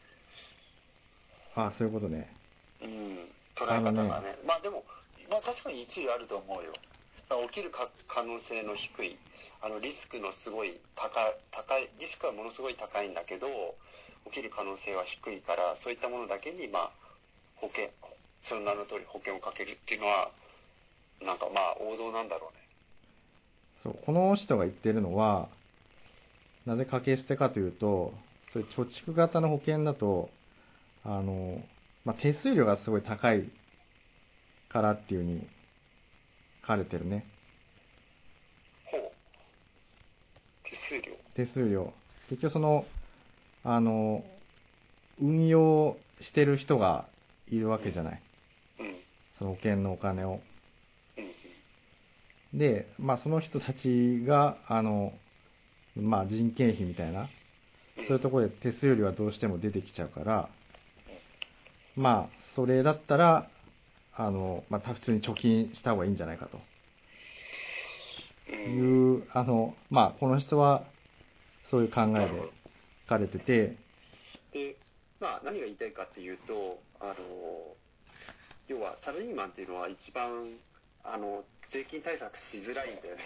ああ、そういうことね。 うん、捉え方がね。ねまあでもまあ確かに一理あると思うよ。起きるか可能性の低いあのリスクのすごい高い高いリスクはものすごい高いんだけど起きる可能性は低いからそういったものだけにまあ保険その名の通り保険をかけるっていうのはなんかまあ王道なんだろうね。 そう、この人が言ってるのは、なぜ掛け捨てかというと、そういう貯蓄型の保険だと、あの、まあ、手数料がすごい高いからっていうふうに書かれてるね。 ほう。手数料。 手数料。結局その、あの、運用してる人がいるわけじゃない。 うん。 その保険のお金を。 うん。 で、まあその人たちが、あの、まあ人件費みたいな、そういうところで手数料はどうしても出てきちゃうから、まあそれだったら、あの、まあ普通に貯金した方がいいんじゃないかという、あの、まあこの人はそういう考えで書かれてて、 で、まあ何が言いたいかっていうと、あの、要はサラリーマンっていうのは一番、あの、税金対策しづらいんだよね。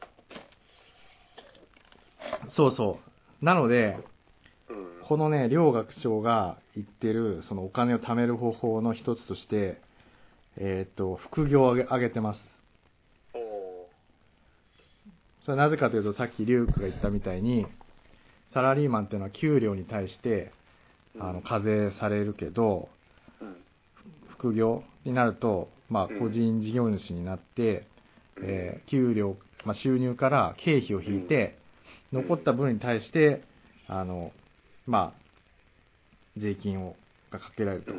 そうそう。なので、 うん、 このね、両学長が言ってる、そのお金を貯める方法の一つとして、えっと、副業を挙げ、挙げてます。 おー。 それはなぜかというと、さっきリュウクが言ったみたいに、サラリーマンっていうのは給料に対して、あの、課税されるけど、 うん、 副業になると、まあ、個人事業主になって、うん、えー、給料、まあ、収入から経費を引いて、うん、残った分に対して、あの、まあ、税金をがかけられると。うん、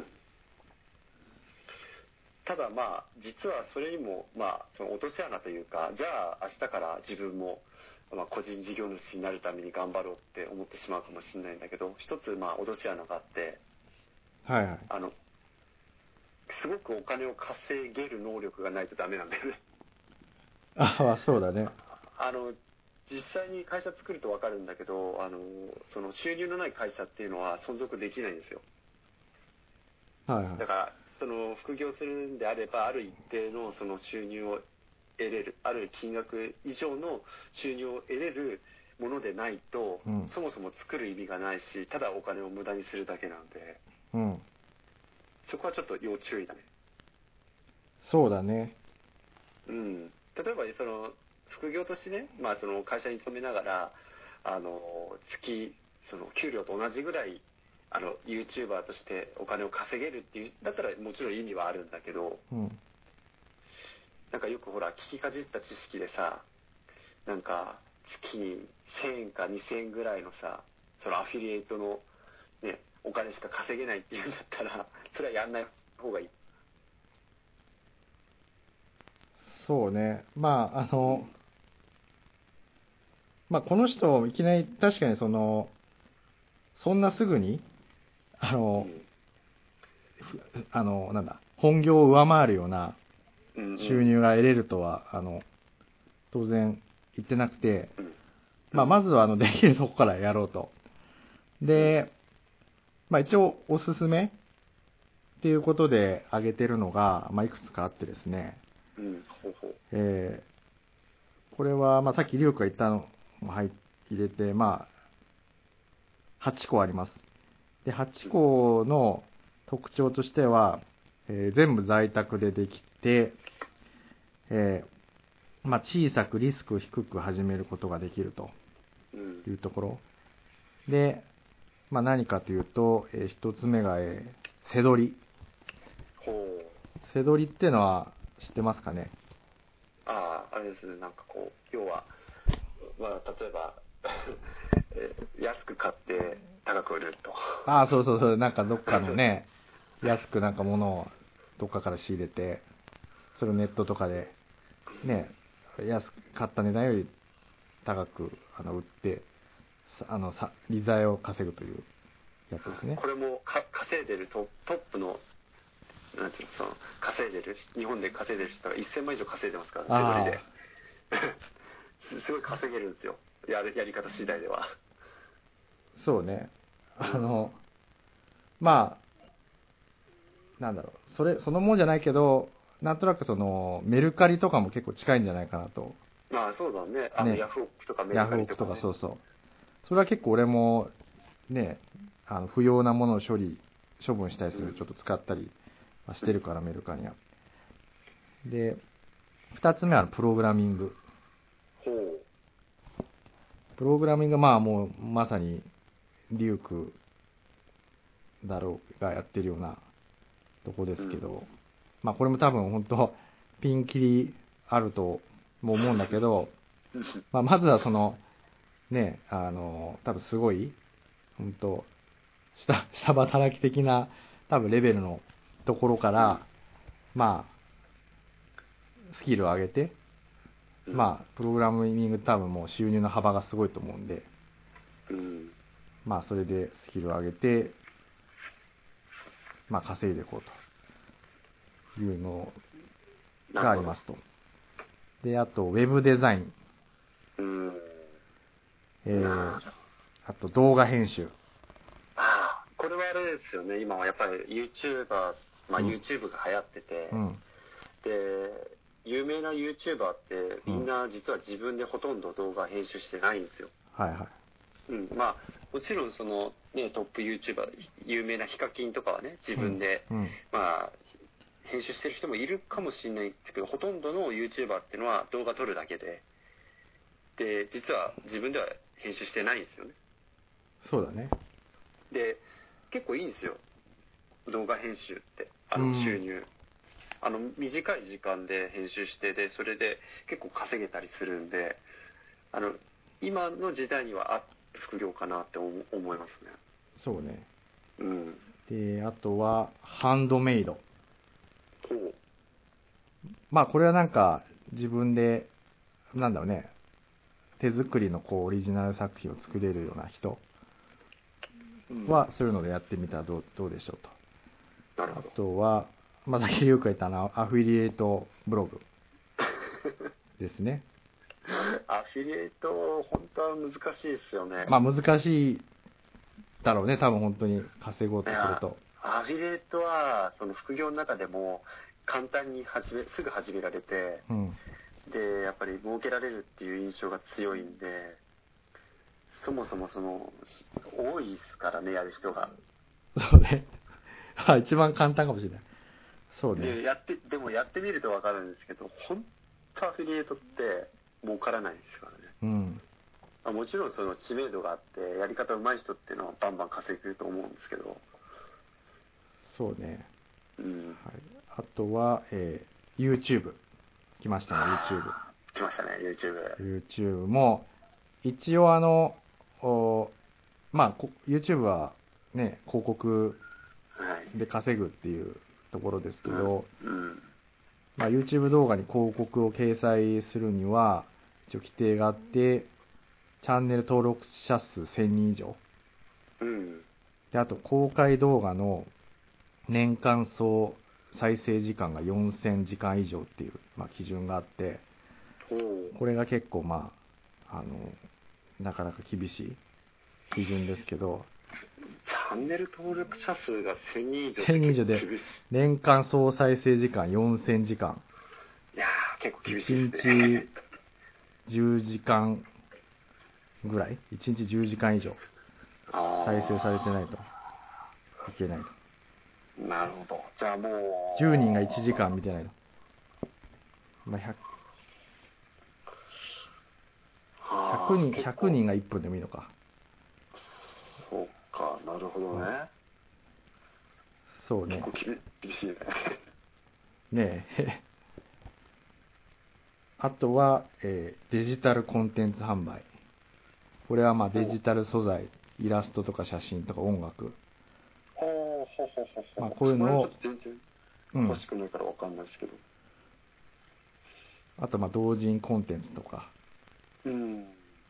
ただまあ、実はそれにも、まあ、その落とし穴というか、じゃあ明日から自分も、まあ、個人事業主になるために頑張ろうって思ってしまうかもしれないんだけど、一つまあ落とし穴があって、 はいはい。 あの、すごくお金を稼げる能力がないとダメなんだよね。 ああ、そうだね。 あの、実際に会社作ると分かるんだけど、あの、その収入のない会社っていうのは存続できないんですよ。 はいはい。 だから、その副業するんであれば、ある一定のその収入を得れる、ある金額以上の収入を得れるものでないと、うん、そもそも作る意味がないし、ただお金を無駄にするだけなんで、 うん、 そこはちょっと要注意だね。 そうだね。 うん。例えば、その、副業としてね、まあ、その会社に勤めながら、あの、月、その、給料と同じぐらい、あの、YouTuber としてお金を稼げるっていう、だったらもちろん意味はあるんだけど、 うん、 なんかよくほら、聞きかじった知識でさ、なんか、月にせんえんかにせんえんぐらいのさ、そのアフィリエイトの、ね、お金しか稼げないっていうんだったら、それはやんない方がいい。 そうね。まあ、あの、うん、まあ、この人、いきなり、確かにその、そんなすぐに、あの、うん、あの、なんだ、本業を上回るような収入が得れるとは、うんうん、あの、当然言ってなくて、うん、まあ、まずは、あの、できるとこからやろうと。で、まあ、一応、おすすめっていうことで挙げてるのが、まあ、いくつかあってですね、 うん、ほうほう。 えー、これは、まあ、さっきリュウクが言ったのも入れて、まはちこあります。で、はちこの特徴としては、えー全部在宅でできて、えーまあ、小さくリスク低く始めることができるとうんいうところ。で、まあ、何かというと、えー一つ目が、えー、背取り。 ほう。 背取りっていうのは知ってますかね？ ああ、あれですね、なんかこう、要は、まあ、例えば、えー安く買って高く売ると。 ああ、そうそうそう、なんかどっかのね、安くなんか物をどっかから仕入れて、それをネットとかで、ね、安く買った値段より高くあの売って、さあのさ利材を稼ぐというやつですね。 これもか稼いでるトトップの、なんていうの、その、稼いでる、日本で稼いでる人がせんまん以上稼いでますから、 あー手取りで。すすごい稼げるんですよ。やる、やり方次第では。 そうね。あの、まあ、なんだろう、それ、そのもんじゃないけど、なんとなくその、メルカリとかも結構近いんじゃないかなと。 まあそうだね。あの、 ねヤフオクとかメヤフオルカリとか、ね。 クとか、そうそう。それは結構俺も、ね、あの不要なものを処理、処分したりする、ちょっと使ったりはしてるから、メルカリは。で、二つ目はプログラミング。 ほう。 プログラミング、まあもうまさにリュウクだろうがやってるようなとこですけど、うん、まあこれも多分本当ピンキリあるとも思うんだけど、まあまずはそのね、あの多分すごい本当下下働き的な多分レベルのところから、うん、まあスキルを上げて。まあ、プログラミング多分もう収入の幅がすごいと思うんで、 うん、 まあ、それでスキルを上げて、まあ、稼いでいこうというのがありますと。で、あと、ウェブデザイン。 うん、 えー、あと、動画編集。 ああ、これはあれですよね。今はやっぱり YouTuber、まあ、YouTube が流行ってて、 うん、 で、有名な YouTuber ってみんな実は自分でほとんど動画編集してないんですよ。 はいはい。 うん、まあもちろんそのねトップ YouTuber 有名なヒカキンとかはね自分で、 うんうん、 まあ編集してる人もいるかもしれないんですけど、ほとんどの YouTuber っていうのは動画撮るだけで、で実は自分では編集してないんですよね。 そうだね。 で結構いいんですよ動画編集ってあの収入。うん、あの短い時間で編集してでそれで結構稼げたりするんで、あの今の時代にはあ副業かなって思いますね。 そうね。 うん。 で、あとはハンドメイド。 ほう。 まあこれはなんか自分でなんだろうね、手作りのこうオリジナル作品を作れるような人はそういうのでやってみたらどう、どうでしょうと。 なるほど。 あとはまあ、さっきリュウが言ったのアフィリエイトブログですね。 アフィリエイト、本当は難しいですよね。 まあ難しいだろうね、多分本当に稼ごうとすると。 アフィリエイトは、その副業の中でも簡単に始め、すぐ始められて、うん、で、やっぱり儲けられるっていう印象が強いんで、そもそもその、多いですからね、やる人が。 そうね。一番簡単かもしれない。そうね。 で、やって、でもやってみるとわかるんですけど、本当アフィリエイトって儲からないですからね。 うん。 あ、もちろんその知名度があって、やり方上手い人っていうのはバンバン稼げると思うんですけど。 そうね。 うん。 はい。あとは、えー、YouTube。来ましたね、YouTube。 来ましたね、YouTube。 YouTube も、一応あの、おまあ、YouTube はね、広告で稼ぐっていうところですけど、 うんうん、 まあ、YouTube 動画に広告を掲載するには、一応規定があって、チャンネル登録者数せんにん以上。 うん、 で、あと公開動画の年間総再生時間がよんせんじかん以上っていう、まあ、基準があって、これが結構まあ、あの、なかなか厳しい基準ですけど、 チャンネル登録者数がせんにん以上せんにん以上で、年間総再生時間よんせんじかん。 いやー、結構厳しいですね。 いちにちじゅうじかんぐらい ?いち 日じゅうじかん以上。 あー再生されてないといけないと。 なるほど。じゃあもう。 じゅうにんがいちじかん見てないと。まあ、ひゃく、 あーひゃくにん、 結構ひゃくにんがいっぷんでもいいのか。 そうか、なるほどね。 そうね結。構厳厳しいね。 ねえ。あとは、えーデジタルコンテンツ販売。これはまあデジタル素材、イラストとか写真とか音楽。 ほうほうほうほうほう。 まあこういうのをそれはちょっと全うん然詳しくないからわかんないですけど。 あとまあ同人コンテンツとか。 うん。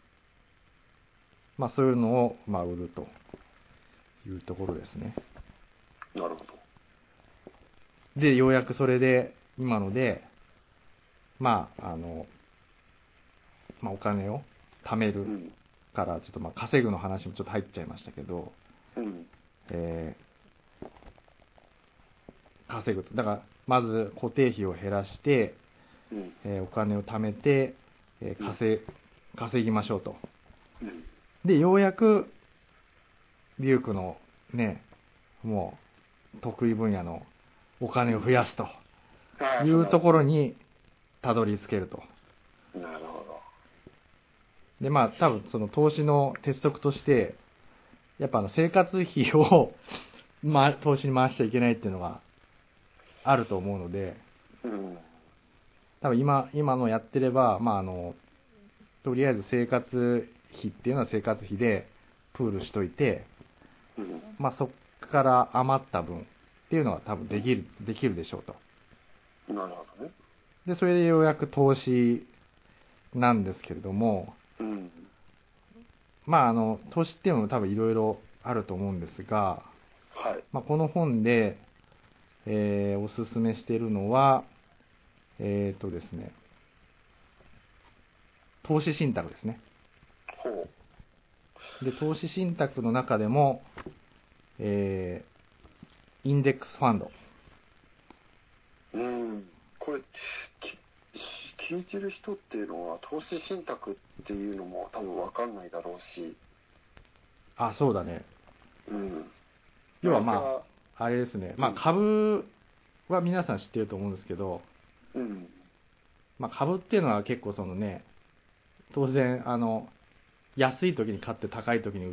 まあそういうのをまあ売るというところですね。 なるほど。 で、ようやくそれで、今ので、まあ、あの、まあお金を貯めるうん。 から、ちょっとまあ稼ぐの話もちょっと入っちゃいましたけど、 うん。 えー稼ぐと。だから、まず固定費を減らして、 うん。 えーお金を貯めて、えー稼、稼ぎましょうと。 うん。 で、ようやく、リュウクのね、もう、得意分野のお金を増やすとあーいうところにたどり着けると。 なるほど。 で、まあ、多分その投資の鉄則として、やっぱあの生活費を、まあ、投資に回しちゃいけないっていうのがあると思うので、 うん。 多分今、今のやってれば、まああの、とりあえず生活費っていうのは生活費でプールしといて、 うん。 まあそっから余った分っていうのが多分できる、できるでしょうと。 なるほどね。 で、それでようやく投資なんですけれども、 うん。 まああの、投資っていうのも多分いろいろあると思うんですが、 はい。 まあ、この本で、えーおすすめしているのは、えっとですね、投資信託ですね。 ほう。 で、投資信託の中でも、えーインデックスファンド。 うん。これ、き聞いてる人っていうのは、投資信託っていうのも多分わかんないだろうし、 あ、そうだね。 うん。 要はまあ、あれですね。まあ株は皆さん知ってると思うんですけど、 うん。 まあ株っていうのは結構そのね、当然、あの、安い時に買って高い時に売って、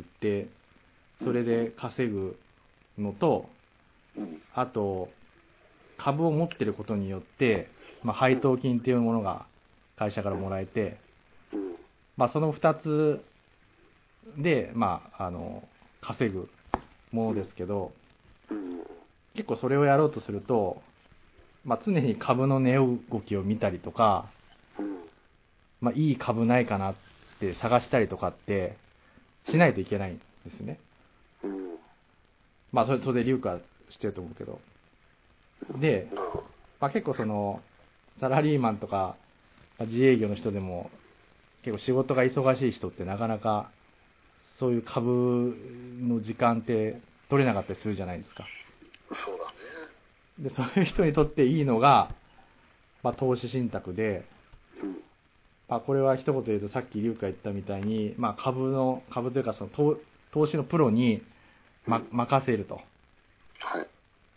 それで稼ぐのと、 うん。 あと、株を持ってることによって、まあ、配当金っていうものが会社からもらえて、 うん。 まあ、その二つで、まあ、あの、稼ぐものですけど、 うん。 結構それをやろうとすると、まあ、常に株の値動きを見たりとか、 うん。 まあ、いい株ないかなって探したりとかってしないといけないんですね。 うん。 まあ、それ当然リュウクは知ってると思うけど。で、 なるほど。 まあ、結構その、サラリーマンとか、まあ自営業の人でも、結構仕事が忙しい人ってなかなか、そういう株の時間って取れなかったりするじゃないですか。 そうだね。 で、そういう人にとっていいのが、まあ、投資信託で、 うん。 まあ、これは一言で言うとさっきリュウが言ったみたいに、まあ、株の、株というかその投、投資のプロに、ま、任せると。 はい。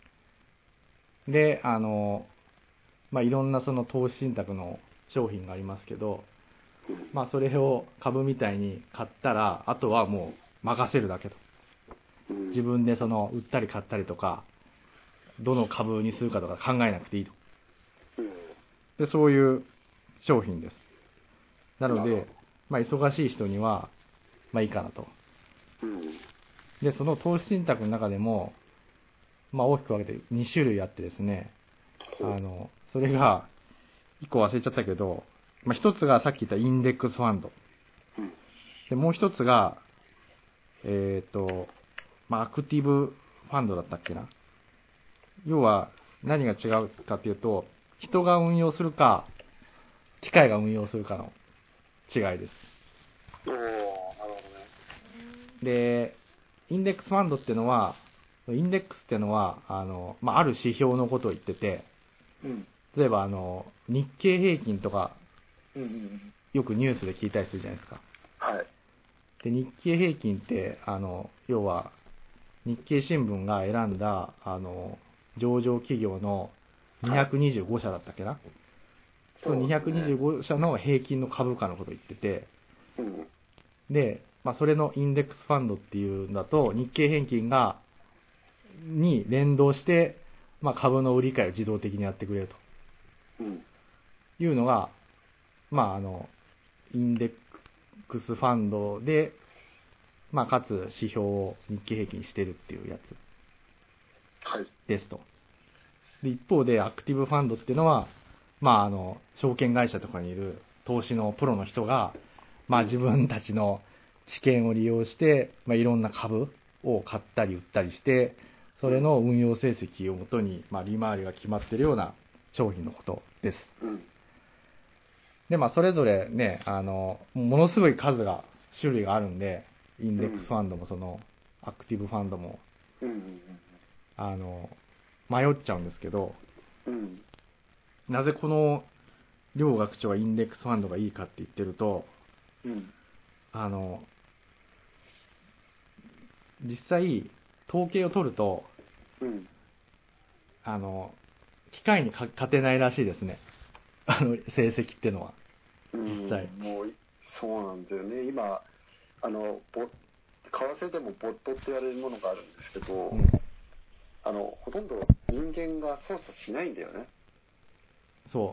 で、あの、まあ、いろんなその投資信託の商品がありますけど、 うん。 まあ、それを株みたいに買ったら、あとはもう任せるだけと。 うん。 自分でその、売ったり買ったりとか、どの株にするかとか考えなくていいと。 うん。 で、そういう商品です。なのでなるほど、 まあ、忙しい人には、まあいいかなと。 うん。 で、その投資信託の中でも、まあ大きく分けてに種類あってですね、あの、それが、いっこ忘れちゃったけど、まあ一つがさっき言ったインデックスファンド。 うん。 で、もう一つが、えっと、まあアクティブファンドだったっけな。要は、何が違うかっていうと、人が運用するか、機械が運用するかの違いです。 おー、なるほどね。 で、インデックスファンドっていうのは、インデックスっていうのは、あの、まあ、ある指標のことを言ってて、 うん。 例えば、あの、日経平均とか、 うんうんうん。 よくニュースで聞いたりするじゃないですか。 はい。 で、日経平均って、あの、要は、日経新聞が選んだ、あの、上場企業のにひゃくにじゅうごしゃだったっけな、はい、そのにひゃくにじゅうごしゃの平均の株価のことを言ってて、 うん、 で、まあ、それのインデックスファンドっていうんだと、日経平均が、に連動して、まあ、株の売り買いを自動的にやってくれると。 うん、 いうのが、まあ、あの、インデックスファンドで、まあ、かつ指標を日経平均にしてるっていうやつですと。で、一方でアクティブファンドっていうのは、まあ、あの、証券会社とかにいる投資のプロの人が、まあ、自分たちの知見を利用して、まあ、いろんな株を買ったり売ったりして、それの運用成績をもとに、まあ、利回りが決まっているような商品のことです。 うん、 で、まあ、それぞれね、あの、ものすごい数が、種類があるんで、インデックスファンドもその、アクティブファンドも、 うん、 あの、迷っちゃうんですけど、 うん、 なぜこの、両学長はインデックスファンドがいいかって言ってると、 うん、 あの、実際、統計を取ると、 うん、 あの、機械に勝てないらしいですね。あの、成績っていうのは。実際。 うん、もう、そうなんだよね。今、あの、ボ為替でもボットって言われるものがあるんですけど、うん、あの、ほとんど人間が操作しないんだよね。 そう。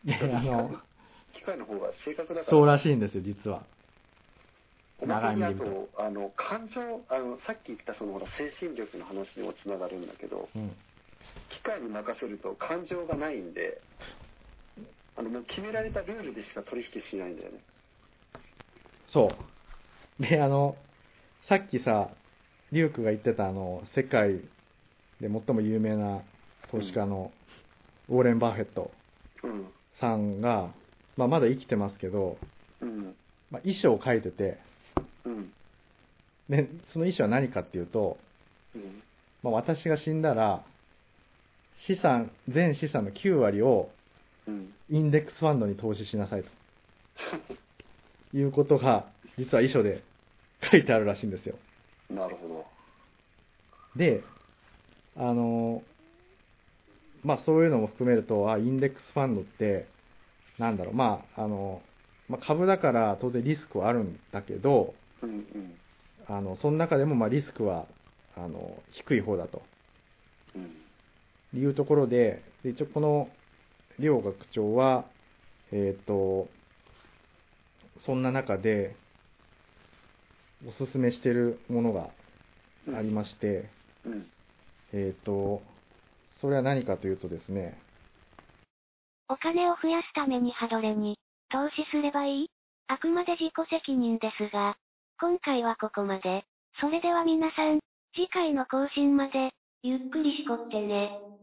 で、あの、 機械の方が正確だから。 そうらしいんですよ、実は。 おまけにあと、あの、感情、あの、さっき言ったその、ほら、精神力の話にもつながるんだけど、うん、機械に任せると感情がないんで、あの、もう決められたルールでしか取引しないんだよね。 そう。で、あの、さっきさ、リュウクが言ってたあの、世界で最も有名な投資家のウォーレン・バフェットさんが、まあ、まだ生きてますけど、 うん、 まあ、遺書を書いてて、 うん、 で、その遺書は何かっていうと、 うん、 まあ、私が死んだら、資産、全資産のきゅうわりをインデックスファンドに投資しなさいと。いうことが、実は遺書で書いてあるらしいんですよ。 なるほど。 で、あの、まあそういうのも含めると、あ、インデックスファンドって、なんだろう、まあ、あの、まあ、株だから当然リスクはあるんだけど、 うんうん、 あの、その中でもまあリスクは、あの、低い方だと。うん、いうところで、で一応この、両学長は、えっと、そんな中で、おすすめしているものがありまして、 うんうん、 えっと、それは何かというとですね、 お金を増やすためにハドレに投資すればいい？あくまで自己責任ですが、今回はここまで。それでは皆さん、次回の更新まで、ゆっくりしこってね。